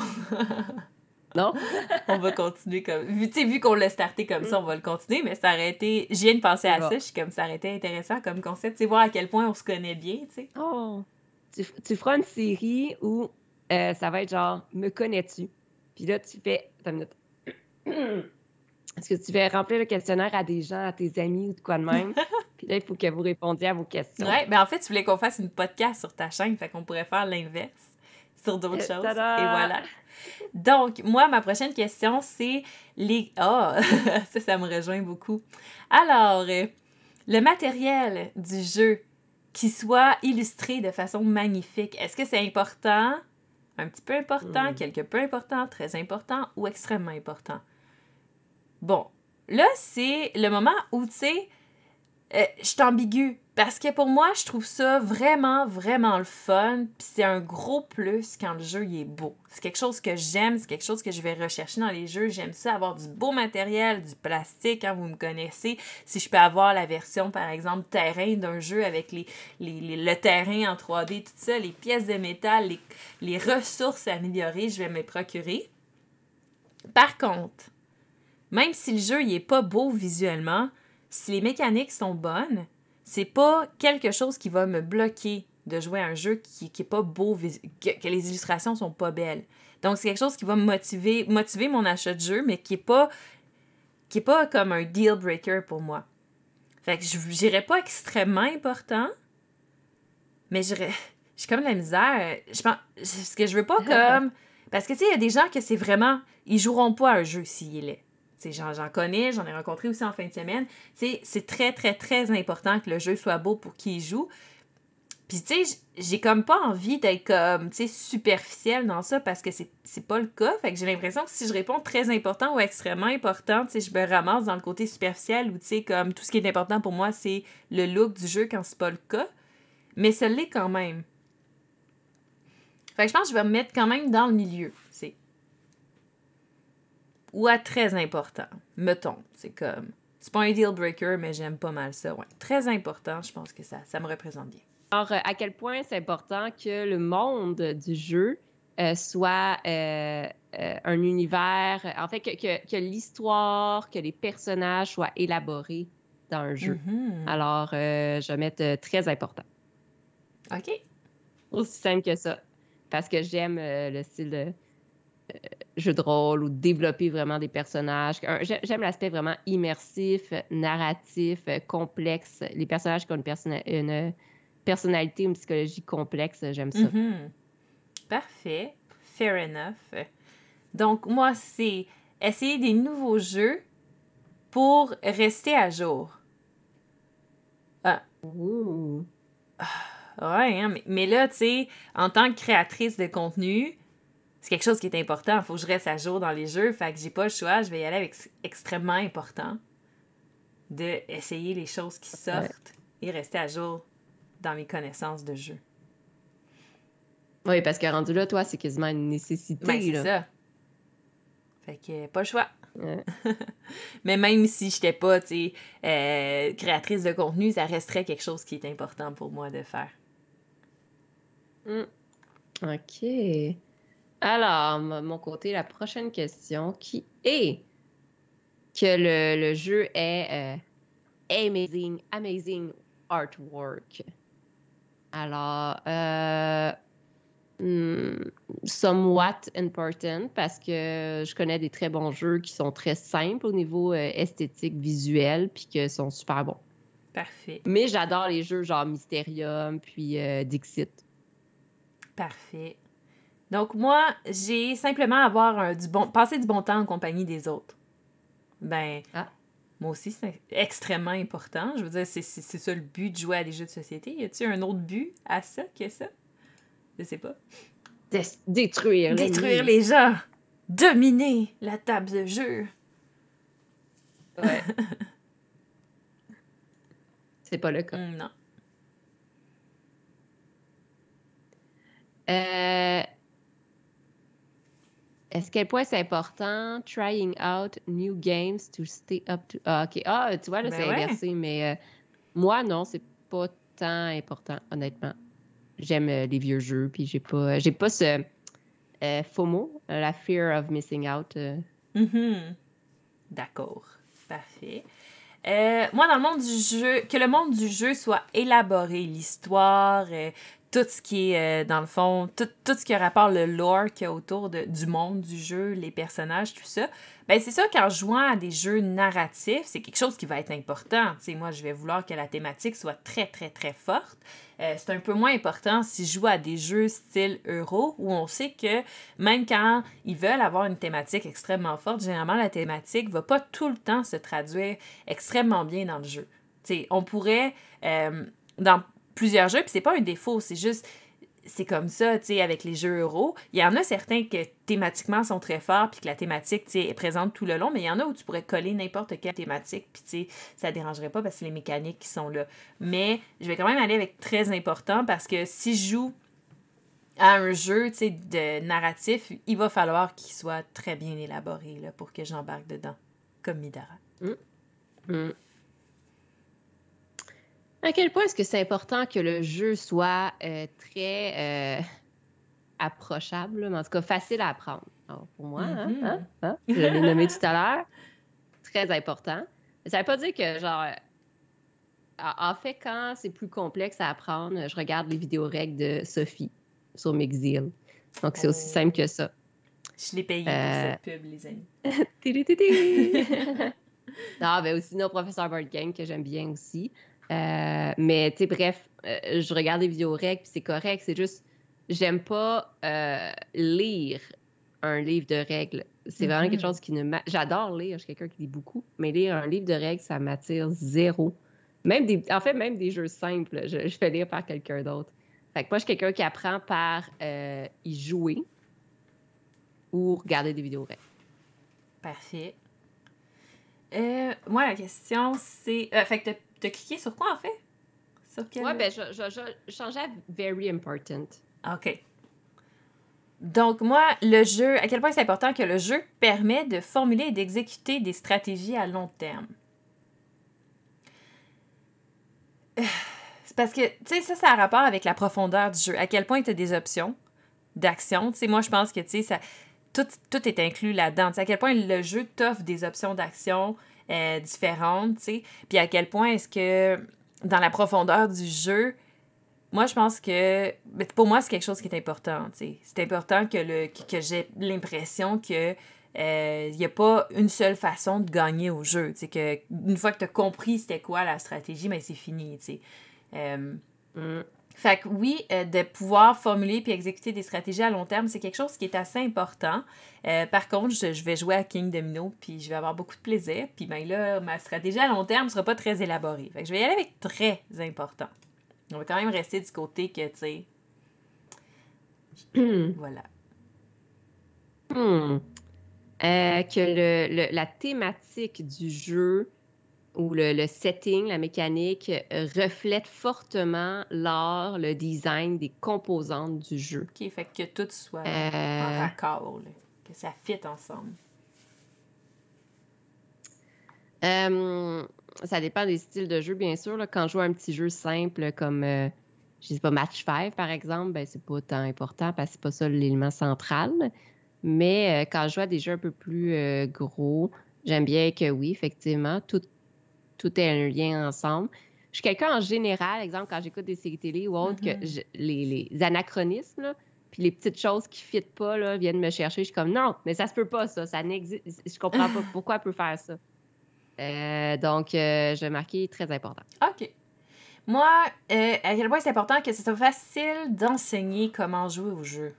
Non? On va continuer comme... Vu qu'on l'a starté comme ça, on va le continuer, mais ça aurait été... Je viens de penser à ça, je suis comme ça aurait été intéressant comme concept, tu sais, voir à quel point on se connaît bien, tu sais. Oh! Tu feras une série où ça va être genre « Me connais-tu? » Puis là, tu fais... Attends une minute. Est-ce que tu fais remplir le questionnaire à des gens, à tes amis ou de quoi de même? Puis là, il faut que vous répondiez à vos questions. Ouais, mais en fait, tu voulais qu'on fasse une podcast sur ta chaîne, fait qu'on pourrait faire l'inverse sur d'autres choses. Tada! Et voilà. Donc, moi, ma prochaine question, c'est les... Ah! Ça me rejoint beaucoup. Alors, le matériel du jeu qui soit illustré de façon magnifique, est-ce que c'est important, un petit peu important, quelque peu important, très important ou extrêmement important? Bon, là, c'est le moment où, tu sais, je suis ambiguë. Parce que pour moi, je trouve ça vraiment, vraiment le fun. Puis c'est un gros plus quand le jeu il est beau. C'est quelque chose que j'aime, c'est quelque chose que je vais rechercher dans les jeux. J'aime ça, avoir du beau matériel, du plastique, hein, vous me connaissez. Si je peux avoir la version, par exemple, terrain d'un jeu avec le terrain en 3D, tout ça, les pièces de métal, les ressources améliorées, je vais me les procurer. Par contre, même si le jeu il est pas beau visuellement, si les mécaniques sont bonnes, c'est pas quelque chose qui va me bloquer de jouer à un jeu qui est pas beau, que les illustrations sont pas belles. Donc, c'est quelque chose qui va me motiver mon achat de jeu, mais qui est pas comme un deal breaker pour moi. Fait que j'irais pas extrêmement important, mais j'ai comme de la misère. Je pense, ce que je veux pas comme... Parce que, tu sais, il y a des gens que c'est vraiment... Ils joueront pas à un jeu s'il est laid. J'en connais, j'en ai rencontré aussi en fin de semaine. T'sais, c'est très, très, très important que le jeu soit beau pour qui il joue. Puis, tu sais, j'ai comme pas envie d'être comme, tu sais, superficielle dans ça parce que c'est pas le cas. Fait que j'ai l'impression que si je réponds très important ou extrêmement important, tu sais, je me ramasse dans le côté superficiel où, tu sais, comme tout ce qui est important pour moi, c'est le look du jeu quand c'est pas le cas. Mais ça l'est quand même. Fait que je pense que je vais me mettre quand même dans le milieu, tu sais. Ou à très important, mettons. C'est comme... C'est pas un deal breaker, mais j'aime pas mal ça. Ouais. Très important, je pense que ça me représente bien. Alors, à quel point c'est important que le monde du jeu soit un univers... En fait, que l'histoire, que les personnages soient élaborés dans un jeu. Mm-hmm. Alors, je vais mettre très important. OK. Aussi simple que ça. parce que j'aime le style jeu de rôle ou développer vraiment des personnages. J'aime l'aspect vraiment immersif, narratif, complexe. Les personnages qui ont une personnalité, une psychologie complexe, j'aime ça. Mhm. Parfait. Fair enough. Donc, moi, c'est essayer des nouveaux jeux pour rester à jour. Ah, Ouh. ouais, hein, mais là, tu sais, en tant que créatrice de contenu, c'est quelque chose qui est important. Il faut que je reste à jour dans les jeux. Fait que j'ai pas le choix. Je vais y aller avec extrêmement important de essayer les choses qui Ouais. sortent et rester à jour dans mes connaissances de jeu. Oui, parce que rendu là, toi, c'est quasiment une Ben, nécessité, c'est là. ça. Fait que pas le choix. Ouais. Mais même si je n'étais pas, tu sais, créatrice de contenu, ça resterait quelque chose qui est important pour moi de faire. Mm. OK. Alors, mon côté, la prochaine question qui est que le jeu est amazing artwork. Alors, somewhat important parce que je connais des très bons jeux qui sont très simples au niveau esthétique, visuel, puis qui sont super bons. Parfait. Mais j'adore les jeux genre Mysterium, puis Dixit. Parfait. Donc, moi, j'ai simplement passer du bon temps en compagnie des autres. Ben, Ah, moi aussi, c'est extrêmement important. Je veux dire, c'est ça le but de jouer à des jeux de société. Y a-t-il un autre but à ça que ça? Je sais pas. détruire Détruire l'ennemi. les gens! Dominer la table de jeu! Ouais. C'est pas le cas. Non. Euh, Est-ce quel point c'est important? Trying out new games to stay up to. Ah, OK. Ah, tu vois, là, Ben c'est ouais. inversé, mais moi, non, c'est pas tant important, honnêtement. J'aime les vieux jeux, puis j'ai pas ce FOMO, la fear of missing out. Mhm. D'accord. Parfait. Moi, dans le monde du jeu, que le monde du jeu soit élaboré, l'histoire, tout ce qui est, dans le fond, tout ce qui a rapport le lore qu'il y a autour du monde du jeu, les personnages, tout ça, ben c'est ça qu'en jouant à des jeux narratifs, c'est quelque chose qui va être important. Tu sais, moi, je vais vouloir que la thématique soit très, très, très forte. C'est un peu moins important si je joue à des jeux style euro, où on sait que même quand ils veulent avoir une thématique extrêmement forte, généralement, la thématique va pas tout le temps se traduire extrêmement bien dans le jeu. T'sais, on pourrait, dans plusieurs jeux, puis c'est pas un défaut, c'est juste, c'est comme ça, tu sais, avec les jeux euro. Il y en a certains que thématiquement sont très forts, puis que la thématique, tu sais, est présente tout le long, mais il y en a où tu pourrais coller n'importe quelle thématique, puis tu sais, ça dérangerait pas parce que c'est les mécaniques qui sont là. Mais je vais quand même aller avec très important parce que si je joue à un jeu, tu sais, de narratif, il va falloir qu'il soit très bien élaboré, là, pour que j'embarque dedans, comme Midara. Mm, mm. À quel point est-ce que c'est important que le jeu soit très approchable, là, mais en tout cas facile à apprendre? Alors, pour moi, Mhm. je l'ai nommé tout à l'heure, très important. Ça veut pas dire que, genre, en fait, quand c'est plus complexe à apprendre, je regarde les vidéos règles de Sophie sur Mixil. Donc, c'est aussi simple Oh. que ça. Je l'ai payé pour Euh... cette pub, les amis. Tiri-tiri! Non, ben aussi nos professeurs Board Game que j'aime bien aussi. Mais tu sais, bref, je regarde les vidéos règles puis c'est correct. C'est juste, j'aime pas lire un livre de règles. C'est vraiment quelque chose qui ne m'a... J'adore lire, je suis quelqu'un qui lit beaucoup, mais lire un livre de règles, ça m'attire zéro. Même des jeux simples, je fais lire par quelqu'un d'autre. Fait que moi, je suis quelqu'un qui apprend par y jouer ou regarder des vidéos règles. Parfait. Moi, la question, c'est... fait que t'as cliqué sur quoi, en fait? Sur quel... Ouais, ben, je changeais à very important. OK. Donc, moi, le jeu... À quel point c'est important que le jeu permet de formuler et d'exécuter des stratégies à long terme. C'est parce que, tu sais, ça a rapport avec la profondeur du jeu. À quel point tu as des options d'action. Tu sais, moi, je pense que, tu sais, ça... Tout est inclus là-dedans. Tu sais, à quel point le jeu t'offre des options d'action différentes, tu sais. Puis à quel point est-ce que, dans la profondeur du jeu, moi, je pense que... Pour moi, c'est quelque chose qui est important, tu sais. C'est important que j'ai l'impression que il n'y a pas une seule façon de gagner au jeu. Tu sais, que une fois que tu as compris c'était quoi la stratégie, ben c'est fini, tu sais. Fait que oui, de pouvoir formuler puis exécuter des stratégies à long terme, c'est quelque chose qui est assez important. Par contre, je vais jouer à King Domino puis je vais avoir beaucoup de plaisir. Puis ben là, ma stratégie à long terme sera pas très élaborée. Fait que je vais y aller avec très important. On va quand même rester du côté que, tu sais... voilà. Que la thématique du jeu ou le setting, la mécanique, reflète fortement l'art, le design des composantes du jeu. OK, fait que tout soit en raccord, là, que ça fit ensemble. Ça dépend des styles de jeu, bien sûr. Là. Quand je joue à un petit jeu simple comme, je sais pas, Match 5, par exemple, ben, c'est pas tant important parce que c'est pas ça l'élément central. Mais quand je joue à des jeux un peu plus gros, j'aime bien que oui, effectivement, tout est un lien ensemble. Je suis quelqu'un en général, exemple, quand j'écoute des séries télé ou autres, que les anachronismes, là, puis les petites choses qui ne fitent pas, là, viennent me chercher. Je suis comme, non, mais ça se peut pas, ça n'existe. Je comprends pas pourquoi elle peut faire ça. Donc, je vais marquer très important. OK. Moi, à quel point c'est important que ce soit facile d'enseigner comment jouer au jeu.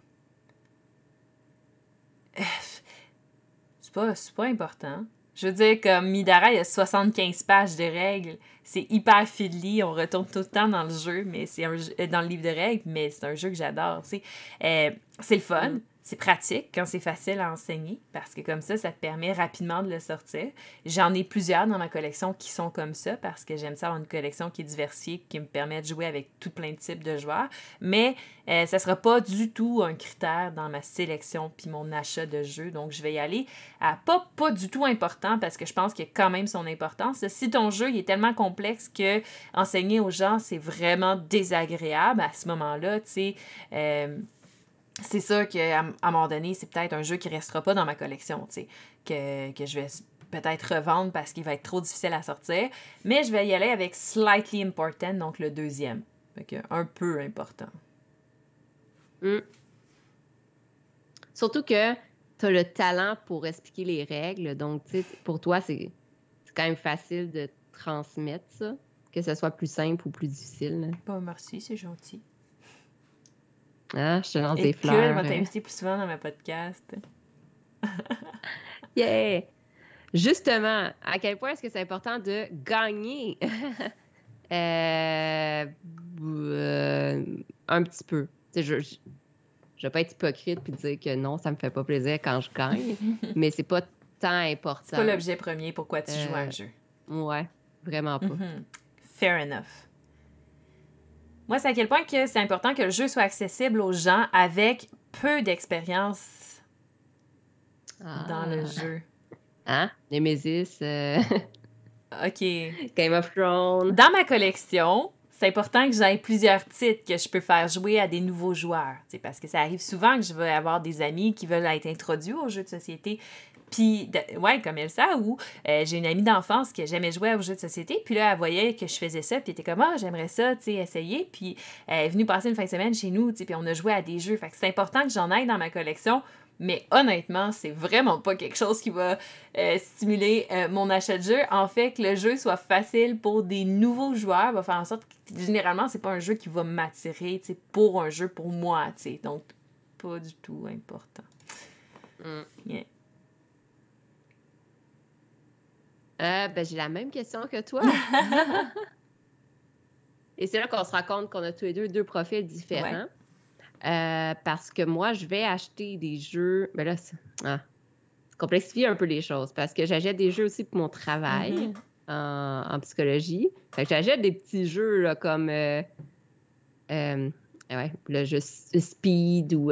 C'est pas important. Je veux dire, comme Midara, il y a 75 pages de règles. C'est hyper fiddly. On retourne tout le temps dans le jeu, mais c'est dans le livre de règles, mais c'est un jeu que j'adore. Tu sais. C'est le fun. C'est pratique quand c'est facile à enseigner parce que comme ça te permet rapidement de le sortir. J'en ai plusieurs dans ma collection qui sont comme ça parce que j'aime ça avoir une collection qui est diversifiée, qui me permet de jouer avec tout plein de types de joueurs. Mais ça ne sera pas du tout un critère dans ma sélection puis mon achat de jeux. Donc, je vais y aller à pas du tout important parce que je pense qu'il y a quand même son importance. Si ton jeu il est tellement complexe que enseigner aux gens, c'est vraiment désagréable à ce moment-là, tu sais... c'est sûr qu'à un moment donné, c'est peut-être un jeu qui restera pas dans ma collection, tu sais, que je vais peut-être revendre parce qu'il va être trop difficile à sortir. Mais je vais y aller avec Slightly Important, donc le deuxième. Fait que un peu important. Surtout que tu as le talent pour expliquer les règles. Donc, tu sais, pour toi, c'est quand même facile de transmettre ça, que ce soit plus simple ou plus difficile. Bon, merci, c'est gentil. Ah, je te lance des Et fleurs. cool, va t'inviter plus souvent dans ma podcast. Yeah! Justement, à quel point est-ce que c'est important de gagner? Un petit peu. Tu sais, je vais pas être hypocrite puis dire que non, ça me fait pas plaisir quand je gagne, mais c'est pas tant important. C'est pas l'objet premier pourquoi tu joues à un jeu. Ouais, vraiment pas. Fair enough. Moi, c'est à quel point que c'est important que le jeu soit accessible aux gens avec peu d'expérience dans le jeu. Hein? Nemesis, OK. Game of Thrones. Dans ma collection, c'est important que j'aie plusieurs titres que je peux faire jouer à des nouveaux joueurs. Parce que ça arrive souvent que je vais avoir des amis qui veulent être introduits aux jeux de société. Puis, ouais, comme Elsa, où j'ai une amie d'enfance qui jamais joué aux jeux de société. Puis là, elle voyait que je faisais ça. Puis elle était comme, ah, j'aimerais ça, tu sais, essayer. Puis elle est venue passer une fin de semaine chez nous, tu sais, puis on a joué à des jeux. Fait que c'est important que j'en aille dans ma collection. Mais honnêtement, c'est vraiment pas quelque chose qui va stimuler mon achat de jeu. En fait, que le jeu soit facile pour des nouveaux joueurs va faire en sorte que, généralement, c'est pas un jeu qui va m'attirer, tu sais, pour un jeu pour moi, tu sais. Donc, pas du tout important. Yeah. Ben, j'ai la même question que toi. Et c'est là qu'on se rend compte qu'on a tous les deux profils différents. Ouais. Parce que moi, je vais acheter des jeux... Ben là, ça complexifie un peu les choses parce que j'achète des jeux aussi pour mon travail en psychologie. Fait que j'achète des petits jeux là, comme le jeu Speed ou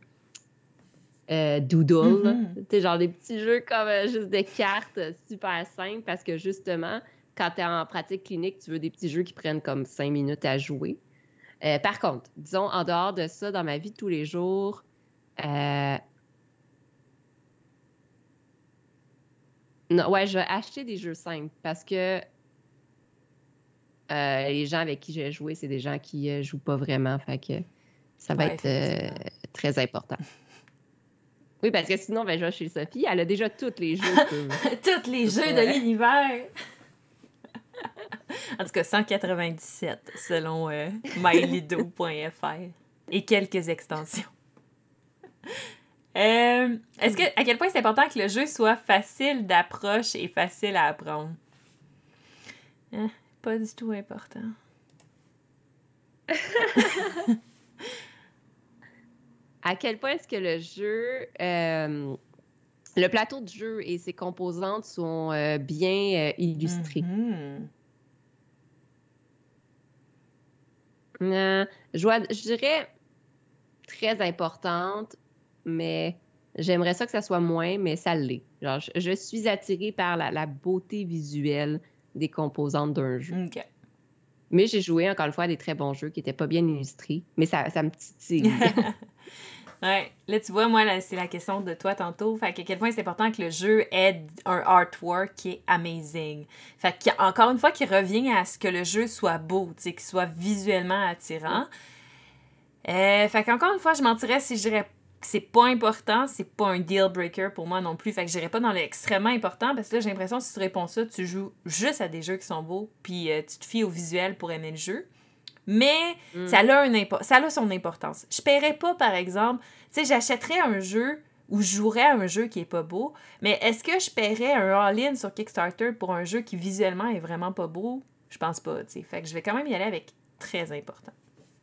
Doodle. Tu sais, genre des petits jeux comme juste des cartes super simples parce que justement, quand tu es en pratique clinique, tu veux des petits jeux qui prennent comme 5 minutes à jouer. Par contre, disons, en dehors de ça, dans ma vie de tous les jours, non, ouais, je vais acheter des jeux simples parce que Les gens avec qui j'ai joué, c'est des gens qui jouent pas vraiment. Fait que ça va Ouais, être effectivement. très important. Oui, parce que sinon, ben, je vais chez Sophie. Elle a déjà tous les jeux. Tous les Je peux jeux de pas. l'univers! En tout cas, 197 selon mylido.fr et quelques extensions. À quel point c'est important que le jeu soit facile d'approche et facile à apprendre? Pas du tout important. À quel point est-ce que le jeu, le plateau de jeu et ses composantes sont bien illustrés? Mhm. Je dirais très importante, mais j'aimerais ça que ça soit moins, mais ça l'est. Genre, je suis attirée par la beauté visuelle des composantes d'un jeu. OK. Mais j'ai joué, encore une fois, à des très bons jeux qui n'étaient pas bien illustrés, mais ça me titille. Ouais, là tu vois, moi, là, c'est la question de toi tantôt. Fait qu'à quel point c'est important que le jeu ait un artwork qui est amazing. Fait qu'encore une fois, qui revient à ce que le jeu soit beau, tu sais, qu'il soit visuellement attirant. Fait qu'encore une fois, je mentirais si je dirais que c'est pas important, c'est pas un deal breaker pour moi non plus. Fait que je dirais pas dans l'extrêmement important parce que là, j'ai l'impression que si tu réponds ça, tu joues juste à des jeux qui sont beaux, puis tu te fies au visuel pour aimer le jeu. Mais Mm. ça a son importance. Je paierais pas, par exemple, tu sais, j'achèterais un jeu ou je jouerais à un jeu qui est pas beau, mais est-ce que je paierais un all-in sur Kickstarter pour un jeu qui visuellement est vraiment pas beau? Je pense pas, tu sais. Fait que je vais quand même y aller avec très important.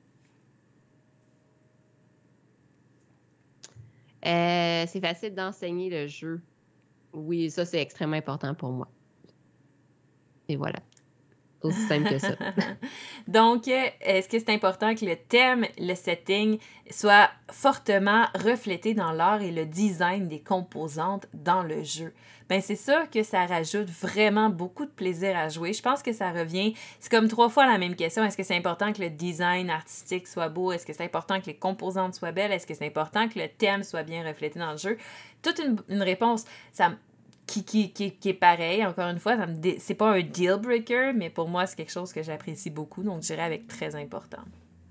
C'est facile d'enseigner le jeu. Oui, ça, c'est extrêmement important pour moi. Et voilà. Aussi simple que ça. Donc, est-ce que c'est important que le thème, le setting, soit fortement reflété dans l'art et le design des composantes dans le jeu? Ben c'est sûr que ça rajoute vraiment beaucoup de plaisir à jouer. Je pense que ça revient, c'est comme 3 fois la même question. Est-ce que c'est important que le design artistique soit beau? Est-ce que c'est important que les composantes soient belles? Est-ce que c'est important que le thème soit bien reflété dans le jeu? Toute une réponse. Ça, qui est pareil, encore une fois, c'est pas un deal breaker, mais pour moi, c'est quelque chose que j'apprécie beaucoup, donc je dirais avec très important.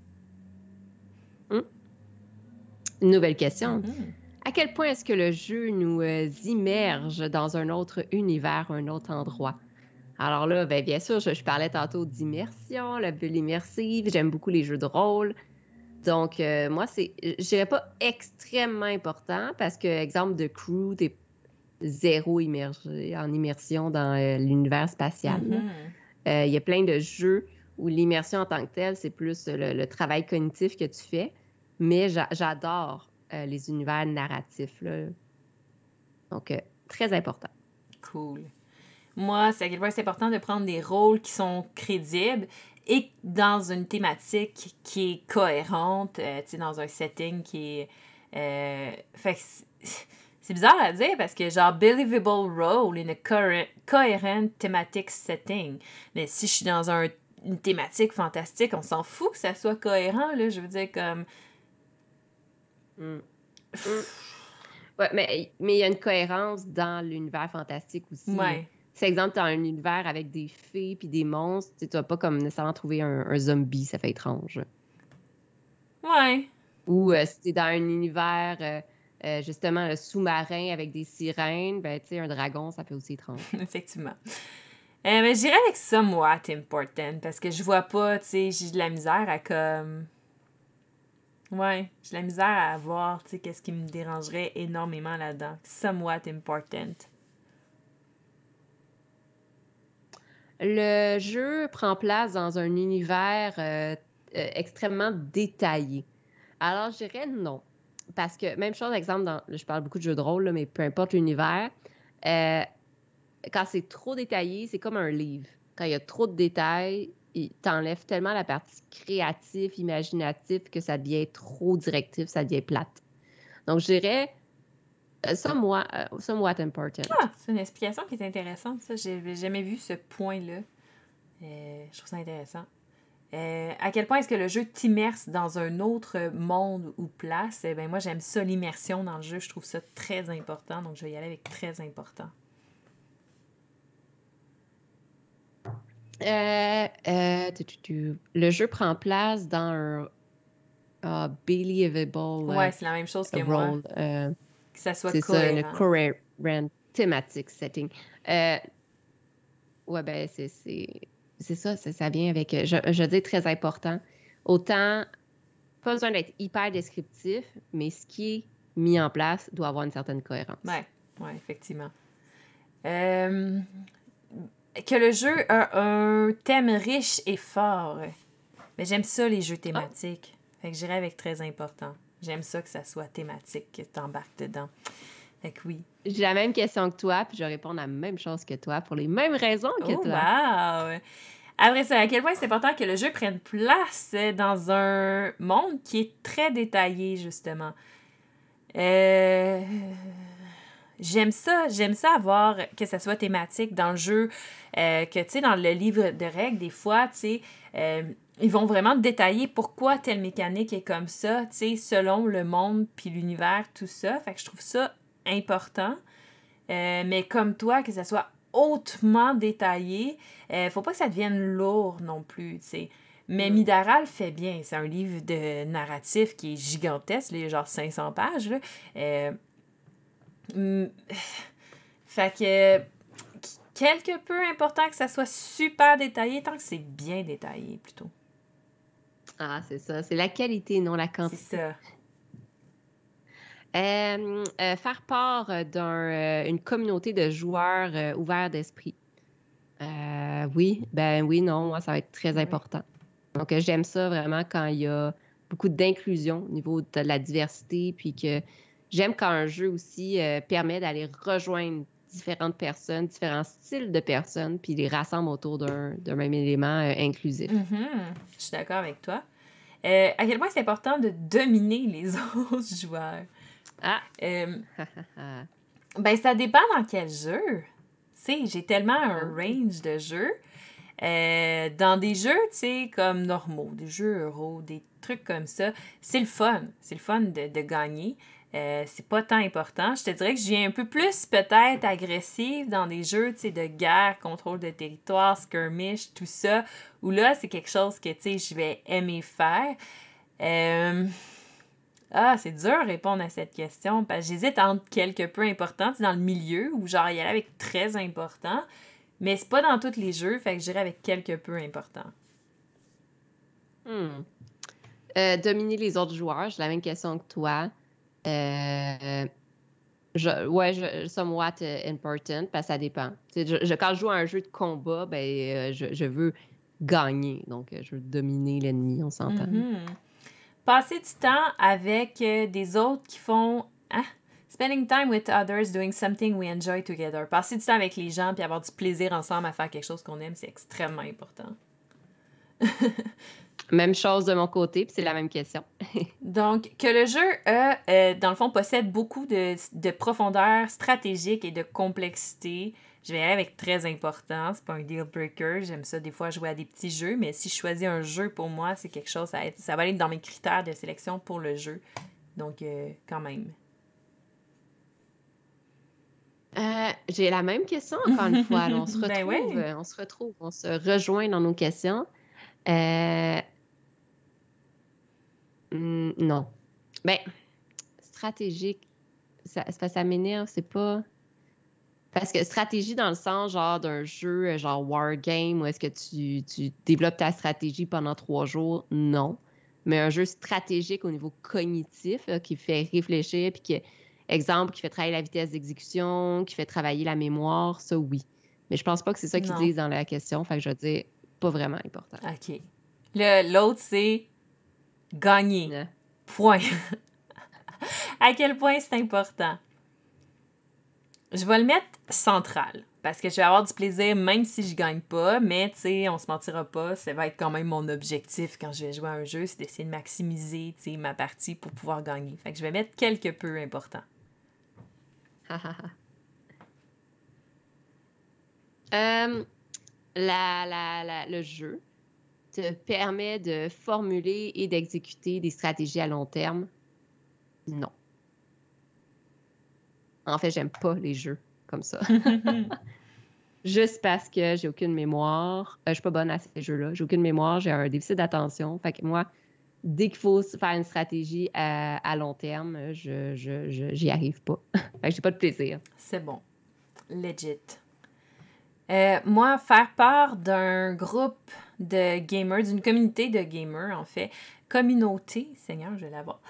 Hum. Une nouvelle question. Mm-hmm. À quel point est-ce que le jeu nous immerge dans un autre univers, un autre endroit? Alors là, ben, bien sûr, je parlais tantôt d'immersion, la bulle immersive. J'aime beaucoup les jeux de rôle. Donc, moi, je dirais pas extrêmement important parce que, exemple de Crew, t'es zéro immergé en immersion dans l'univers spatial. Mm-hmm. Il y a plein de jeux où l'immersion en tant que telle, c'est plus le travail cognitif que tu fais. Mais j'adore les univers narratifs, là. Donc, très important. Cool. Moi, c'est à quel point c'est important de prendre des rôles qui sont crédibles et dans une thématique qui est cohérente, tu sais, dans un setting qui est... fait que c'est bizarre à dire parce que genre believable role in a coherent thematic setting. Mais si je suis dans une thématique fantastique, on s'en fout que ça soit cohérent, là. Je veux dire, comme... Mm. Mm. Ouais, mais il y a une cohérence dans l'univers fantastique aussi, là. Ouais. Si, exemple, tu as un univers avec des fées puis des monstres, tu vas pas comme nécessairement trouver un zombie, ça fait étrange. Ouais. Ou si tu es dans un univers, justement, sous-marin avec des sirènes, ben, tu sais, un dragon, ça fait aussi étrange. Effectivement. Mais je dirais avec somewhat important parce que je vois pas, tu sais, j'ai de la misère à comme... Ouais, j'ai de la misère à voir, tu sais, qu'est-ce qui me dérangerait énormément là-dedans. Somewhat important. Le jeu prend place dans un univers extrêmement détaillé. Alors, je dirais non. Parce que, même chose, exemple, je parle beaucoup de jeux de rôle, là, mais peu importe l'univers, euh, quand c'est trop détaillé, c'est comme un livre. Quand il y a trop de détails, il t'enlève tellement la partie créative, imaginative, que ça devient trop directif, ça devient plate. Donc, je dirais somewhat important. Ah, c'est une explication qui est intéressante, ça. J'ai jamais vu ce point-là. Je trouve ça intéressant. À quel point est-ce que le jeu t'immerse dans un autre monde ou place? Eh ben moi, j'aime ça, l'immersion dans le jeu. Je trouve ça très important, donc je vais y aller avec très important. Le jeu prend place dans un believable Ouais, c'est la même chose que moi. role. Que ça soit C'est ça, le cohérent. coherent thematic setting. Euh, ouais, ben, c'est ça, ça vient avec, je dis très important. Autant, pas besoin d'être hyper descriptif, mais ce qui est mis en place doit avoir une certaine cohérence. Ouais, effectivement. Que le jeu a un thème riche et fort. Mais j'aime ça, les jeux Ah, thématiques. Fait que j'irais avec très important. J'aime ça que ça soit thématique, que t'embarques dedans. Fait que oui. j'ai la même question que toi, puis je vais répondre à la même chose que toi pour les mêmes raisons que Oh, toi. wow! Après ça, à quel point c'est important que le jeu prenne place dans un monde qui est très détaillé, justement. Euh... j'aime ça avoir que ça soit thématique dans le jeu, que, tu sais, dans le livre de règles, des fois, tu sais, ils vont vraiment détailler pourquoi telle mécanique est comme ça, tu sais, selon le monde puis l'univers, tout ça. Fait que je trouve ça important. Mais comme toi, que ça soit hautement détaillé, faut pas que ça devienne lourd non plus, tu sais. Mais Mm. Midara le fait bien. C'est un livre de narratif qui est gigantesque, là, genre 500 pages. Là. Mm, fait que quelque peu important que ça soit super détaillé, tant que c'est bien détaillé plutôt. Ah, c'est ça, c'est la qualité, non la C'est quantité. ça. Faire part d'une communauté de joueurs ouverts d'esprit. Oui, ben oui, non, moi, ça va être très Oui. important. Donc, j'aime ça vraiment quand il y a beaucoup d'inclusion au niveau de la diversité, puis que j'aime quand un jeu aussi permet d'aller rejoindre différentes personnes, différents styles de personnes, puis les rassemble autour d'un même élément inclusif. Mhm. Je suis d'accord avec toi. À quel point c'est important de dominer les autres joueurs. Ah! Euh, ben, ça dépend dans quel jeu. Tu sais, j'ai tellement un Oh. range de jeux. Dans des jeux, tu sais, comme normaux, des jeux euro, des trucs comme ça, c'est le fun. C'est le fun de gagner. C'est pas tant important. Je te dirais que je viens un peu plus peut-être agressive dans des jeux, tu sais, de guerre, contrôle de territoire, skirmish, tout ça, où là, c'est quelque chose que, tu sais, je vais aimer faire. Euh, Ah, c'est dur de répondre à cette question parce que j'hésite entre quelque peu important, c'est dans le milieu ou genre y aller avec très important, mais c'est pas dans tous les jeux, fait que j'irai avec quelque peu important. Hmm. Dominer les autres joueurs, j'ai la même question que toi. Euh, somewhat important, parce que ça dépend. Tu sais, quand je joue à un jeu de combat, ben, je veux gagner. Donc, je veux dominer l'ennemi, on s'entend. Mhm. Passer du temps avec des autres qui font spending time with others doing something we enjoy together. Passer du temps avec les gens puis avoir du plaisir ensemble à faire quelque chose qu'on aime, c'est extrêmement important. Même chose de mon côté, puis c'est la même question. Donc, que le jeu dans le fond, possède beaucoup de profondeur stratégique et de complexité. Je vais aller avec très important. C'est pas un deal breaker. J'aime ça des fois jouer à des petits jeux, mais si je choisis un jeu pour moi, c'est quelque chose, ça va aller dans mes critères de sélection pour le jeu. Donc, quand même. J'ai la même question encore une fois. Alors, Ben ouais. on se rejoint dans nos questions. Euh, non. Ben, stratégique, ça m'énerve, c'est pas. Parce que stratégie dans le sens genre d'un jeu genre Wargame où est-ce que tu développes ta stratégie pendant 3 jours, non. Mais un jeu stratégique au niveau cognitif là, qui fait réfléchir, puis qui, exemple, qui fait travailler la vitesse d'exécution, qui fait travailler la mémoire, ça oui. Mais je pense pas que c'est ça qu'ils Non. disent dans la question, fait que je vais dire pas vraiment important. OK. L'autre, c'est gagner. Non. Point. À quel point c'est important? Je vais le mettre central. Parce que je vais avoir du plaisir même si je gagne pas, mais tu sais, on se mentira pas, ça va être quand même mon objectif quand je vais jouer à un jeu, c'est d'essayer de maximiser, tu sais, ma partie pour pouvoir gagner. Fait que je vais mettre quelque peu important. Euh, le jeu te permet de formuler et d'exécuter des stratégies à long terme? Non. En fait, j'aime pas les jeux comme ça. juste parce que j'ai aucune mémoire. Je suis pas bonne à ces jeux-là. J'ai aucune mémoire, j'ai un déficit d'attention. Fait que moi, dès qu'il faut faire une stratégie à long terme, j'y arrive pas. Fait que j'ai pas de plaisir. C'est bon. Legit. Moi, faire part d'un groupe de gamers, d'une communauté de gamers, en fait, communauté, Seigneur, je vais l'avoir,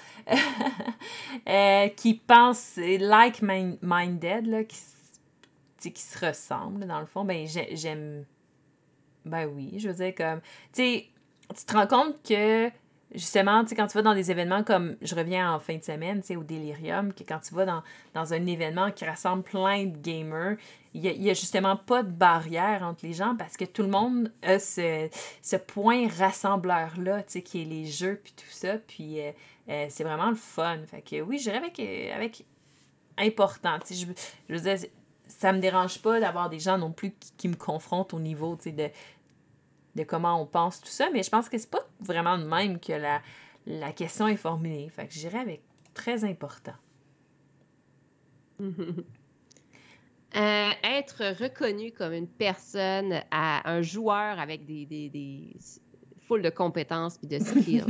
qui pense like-minded, là, qui se ressemblent, dans le fond, ben j'aime... Ben oui, je veux dire, comme... Tu te rends compte que, justement, quand tu vas dans des événements comme, je reviens en fin de semaine, au Delirium, que quand tu vas dans un événement qui rassemble plein de gamers, il y a justement pas de barrière entre les gens parce que tout le monde a ce point rassembleur-là, qui est les jeux puis tout ça, puis c'est vraiment le fun. Fait que oui, je dirais avec important, je veux dire, ça me dérange pas d'avoir des gens non plus qui me confrontent au niveau, de comment on pense, tout ça, mais je pense que c'est pas vraiment de même que la question est formulée. Fait que je dirais avec très important. Être reconnu comme une personne, un joueur avec des full de compétences et de skills.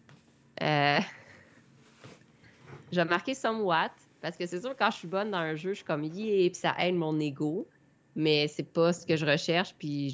Je vais marquer somewhat, parce que c'est sûr que quand je suis bonne dans un jeu, je suis comme yeah, puis ça aide mon ego, mais c'est pas ce que je recherche, puis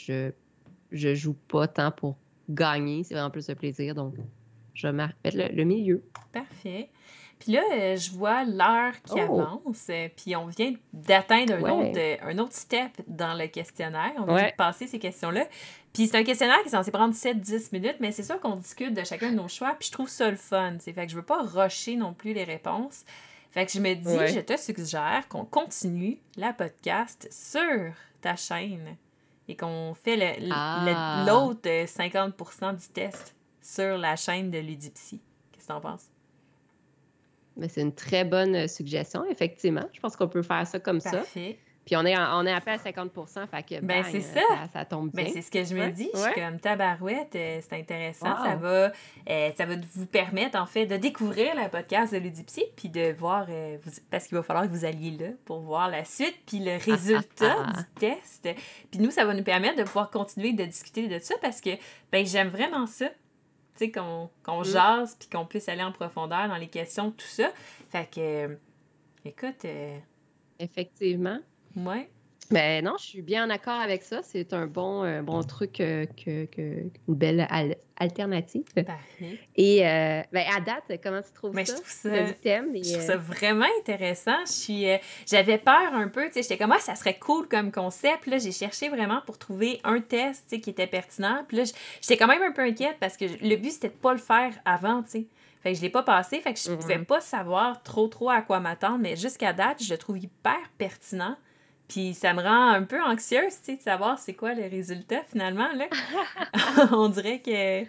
je joue pas tant pour gagner, c'est vraiment plus le plaisir, donc je vais mettre le milieu. Parfait. Puis là, je vois l'heure qui avance, puis on vient d'atteindre un autre step dans le questionnaire. On vient de passer ces questions-là. Puis c'est un questionnaire qui est censé prendre 7-10 minutes, mais c'est sûr qu'on discute de chacun de nos choix, puis je trouve ça le fun. Fait que je veux pas rusher non plus les réponses. Fait que je me dis, je te suggère qu'on continue la podcast sur ta chaîne et qu'on fait l'autre 50% du test sur la chaîne de Ludipsy. Qu'est-ce que t'en penses? Mais c'est une très bonne suggestion, effectivement. Je pense qu'on peut faire ça comme Parfait. ça. Puis on est à peu à 50%, fait que bang, c'est ça tombe bien. C'est ce que je me dis. Je suis comme tabarouette, c'est intéressant. Wow. Ça va vous permettre, en fait, de découvrir le podcast de Ludipsy, puis de voir, parce qu'il va falloir que vous alliez là pour voir la suite, puis le résultat du test. Puis nous, ça va nous permettre de pouvoir continuer de discuter de ça, parce que j'aime vraiment ça. Tu sais, qu'on jase, puis qu'on puisse aller en profondeur dans les questions, tout ça. Fait que, écoute... Effectivement. Ouais. Ben non, je suis bien en accord avec ça. C'est un bon truc, une belle alternative. Parfait. Et à date, comment tu trouves ça? Je trouve ça, le thème je trouve ça vraiment intéressant. J'avais peur un peu, j'étais comme, ça serait cool comme concept. Là, j'ai cherché vraiment pour trouver un test qui était pertinent. Puis là, j'étais quand même un peu inquiète parce que le but, c'était de pas le faire avant, tu sais. Fait que je l'ai pas passé, fait que je pouvais pas savoir trop à quoi m'attendre. Mais jusqu'à date, je le trouve hyper pertinent. Puis ça me rend un peu anxieuse, tu sais, de savoir c'est quoi le résultat, finalement, là. On dirait que...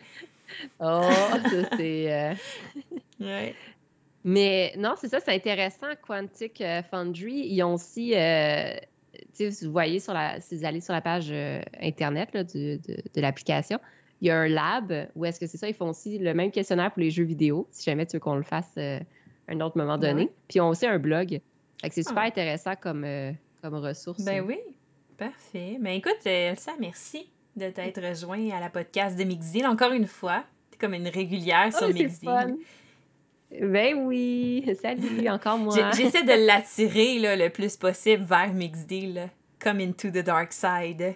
ça, c'est... Ouais. Mais non, c'est ça, c'est intéressant. Quantic Foundry, ils ont aussi... tu sais, vous voyez, si vous allez sur la page Internet là, de l'application, il y a un lab où est-ce que c'est ça, ils font aussi le même questionnaire pour les jeux vidéo, si jamais tu veux qu'on le fasse à un autre moment donné. Ouais. Puis ils ont aussi un blog. Fait que c'est super intéressant comme ressource. Ben oui, parfait. Ben écoute, Elsa, merci de t'être rejoint à la podcast de Mixdeal. Encore une fois, t'es comme une régulière sur Mixdeal. Ben oui, salut, encore moi. J'essaie de l'attirer là, le plus possible vers Mixdeal, comme Into the Dark Side.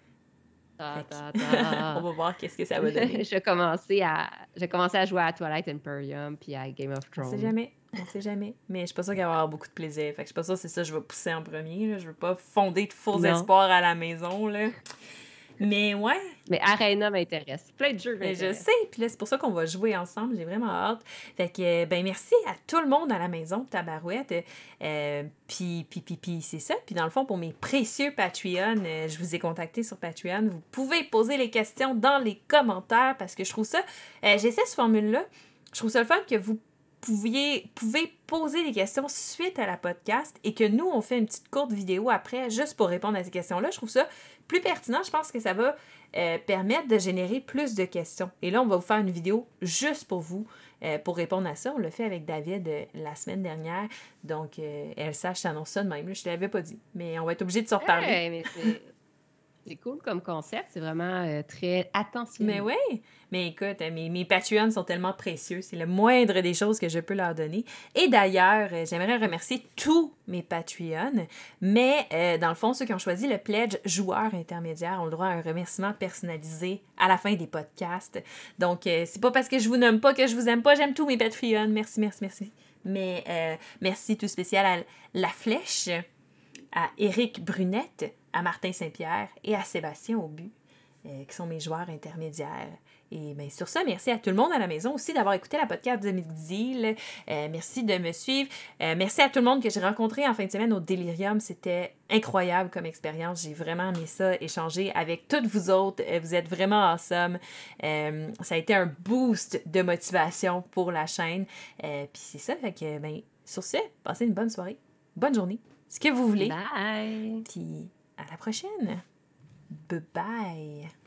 On va voir qu'est-ce que ça va donner. J'ai commencé à jouer à Twilight Imperium puis à Game of Thrones. On sait jamais. Mais je suis pas sûre qu'il va y avoir beaucoup de plaisir. Fait que je suis pas sûre que c'est ça que je vais pousser en premier. Là. Je veux pas fonder de faux espoirs à la maison. Là. Mais ouais. Mais Arena m'intéresse. Plein de jeux m'intéressent. Je sais. Puis là, c'est pour ça qu'on va jouer ensemble. J'ai vraiment hâte. Fait que, merci à tout le monde à la maison, tabarouette. Puis c'est ça. Puis dans le fond, pour mes précieux Patreon, je vous ai contacté sur Patreon. Vous pouvez poser les questions dans les commentaires parce que je trouve ça... j'essaie cette formule-là. Je trouve ça le fun que vous pouvez poser des questions suite à la podcast et que nous, on fait une petite courte vidéo après juste pour répondre à ces questions-là. Je trouve ça plus pertinent. Je pense que ça va permettre de générer plus de questions. Et là, on va vous faire une vidéo juste pour vous, pour répondre à ça. On l'a fait avec David la semaine dernière. Donc, Elsa, je t'annonce ça de même. Là, je ne te l'avais pas dit. Mais on va être obligé de se reparler. Hey, mais c'est cool comme concept. C'est vraiment très attentionné. Mais oui, mais écoute, mes Patreons sont tellement précieux. C'est le moindre des choses que je peux leur donner. Et d'ailleurs, j'aimerais remercier tous mes Patreons, mais dans le fond, ceux qui ont choisi le pledge joueur intermédiaire ont le droit à un remerciement personnalisé à la fin des podcasts. Donc, c'est pas parce que je vous nomme pas que je vous aime pas. J'aime tous mes Patreons. Merci, merci, merci. Mais merci tout spécial à La Flèche, à Éric Brunette, à Martin Saint-Pierre et à Sébastien Aubu, qui sont mes joueurs intermédiaires. Et bien, sur ça, merci à tout le monde à la maison aussi d'avoir écouté la podcast de Midi. Merci de me suivre. Merci à tout le monde que j'ai rencontré en fin de semaine au Delirium. C'était incroyable comme expérience. J'ai vraiment aimé ça, échanger avec toutes vous autres. Vous êtes vraiment awesome. Ça a été un boost de motivation pour la chaîne. Puis c'est ça, fait que, ben, sur ce, passez une bonne soirée, bonne journée, ce que vous voulez. Bye! Puis à la prochaine. Bye bye.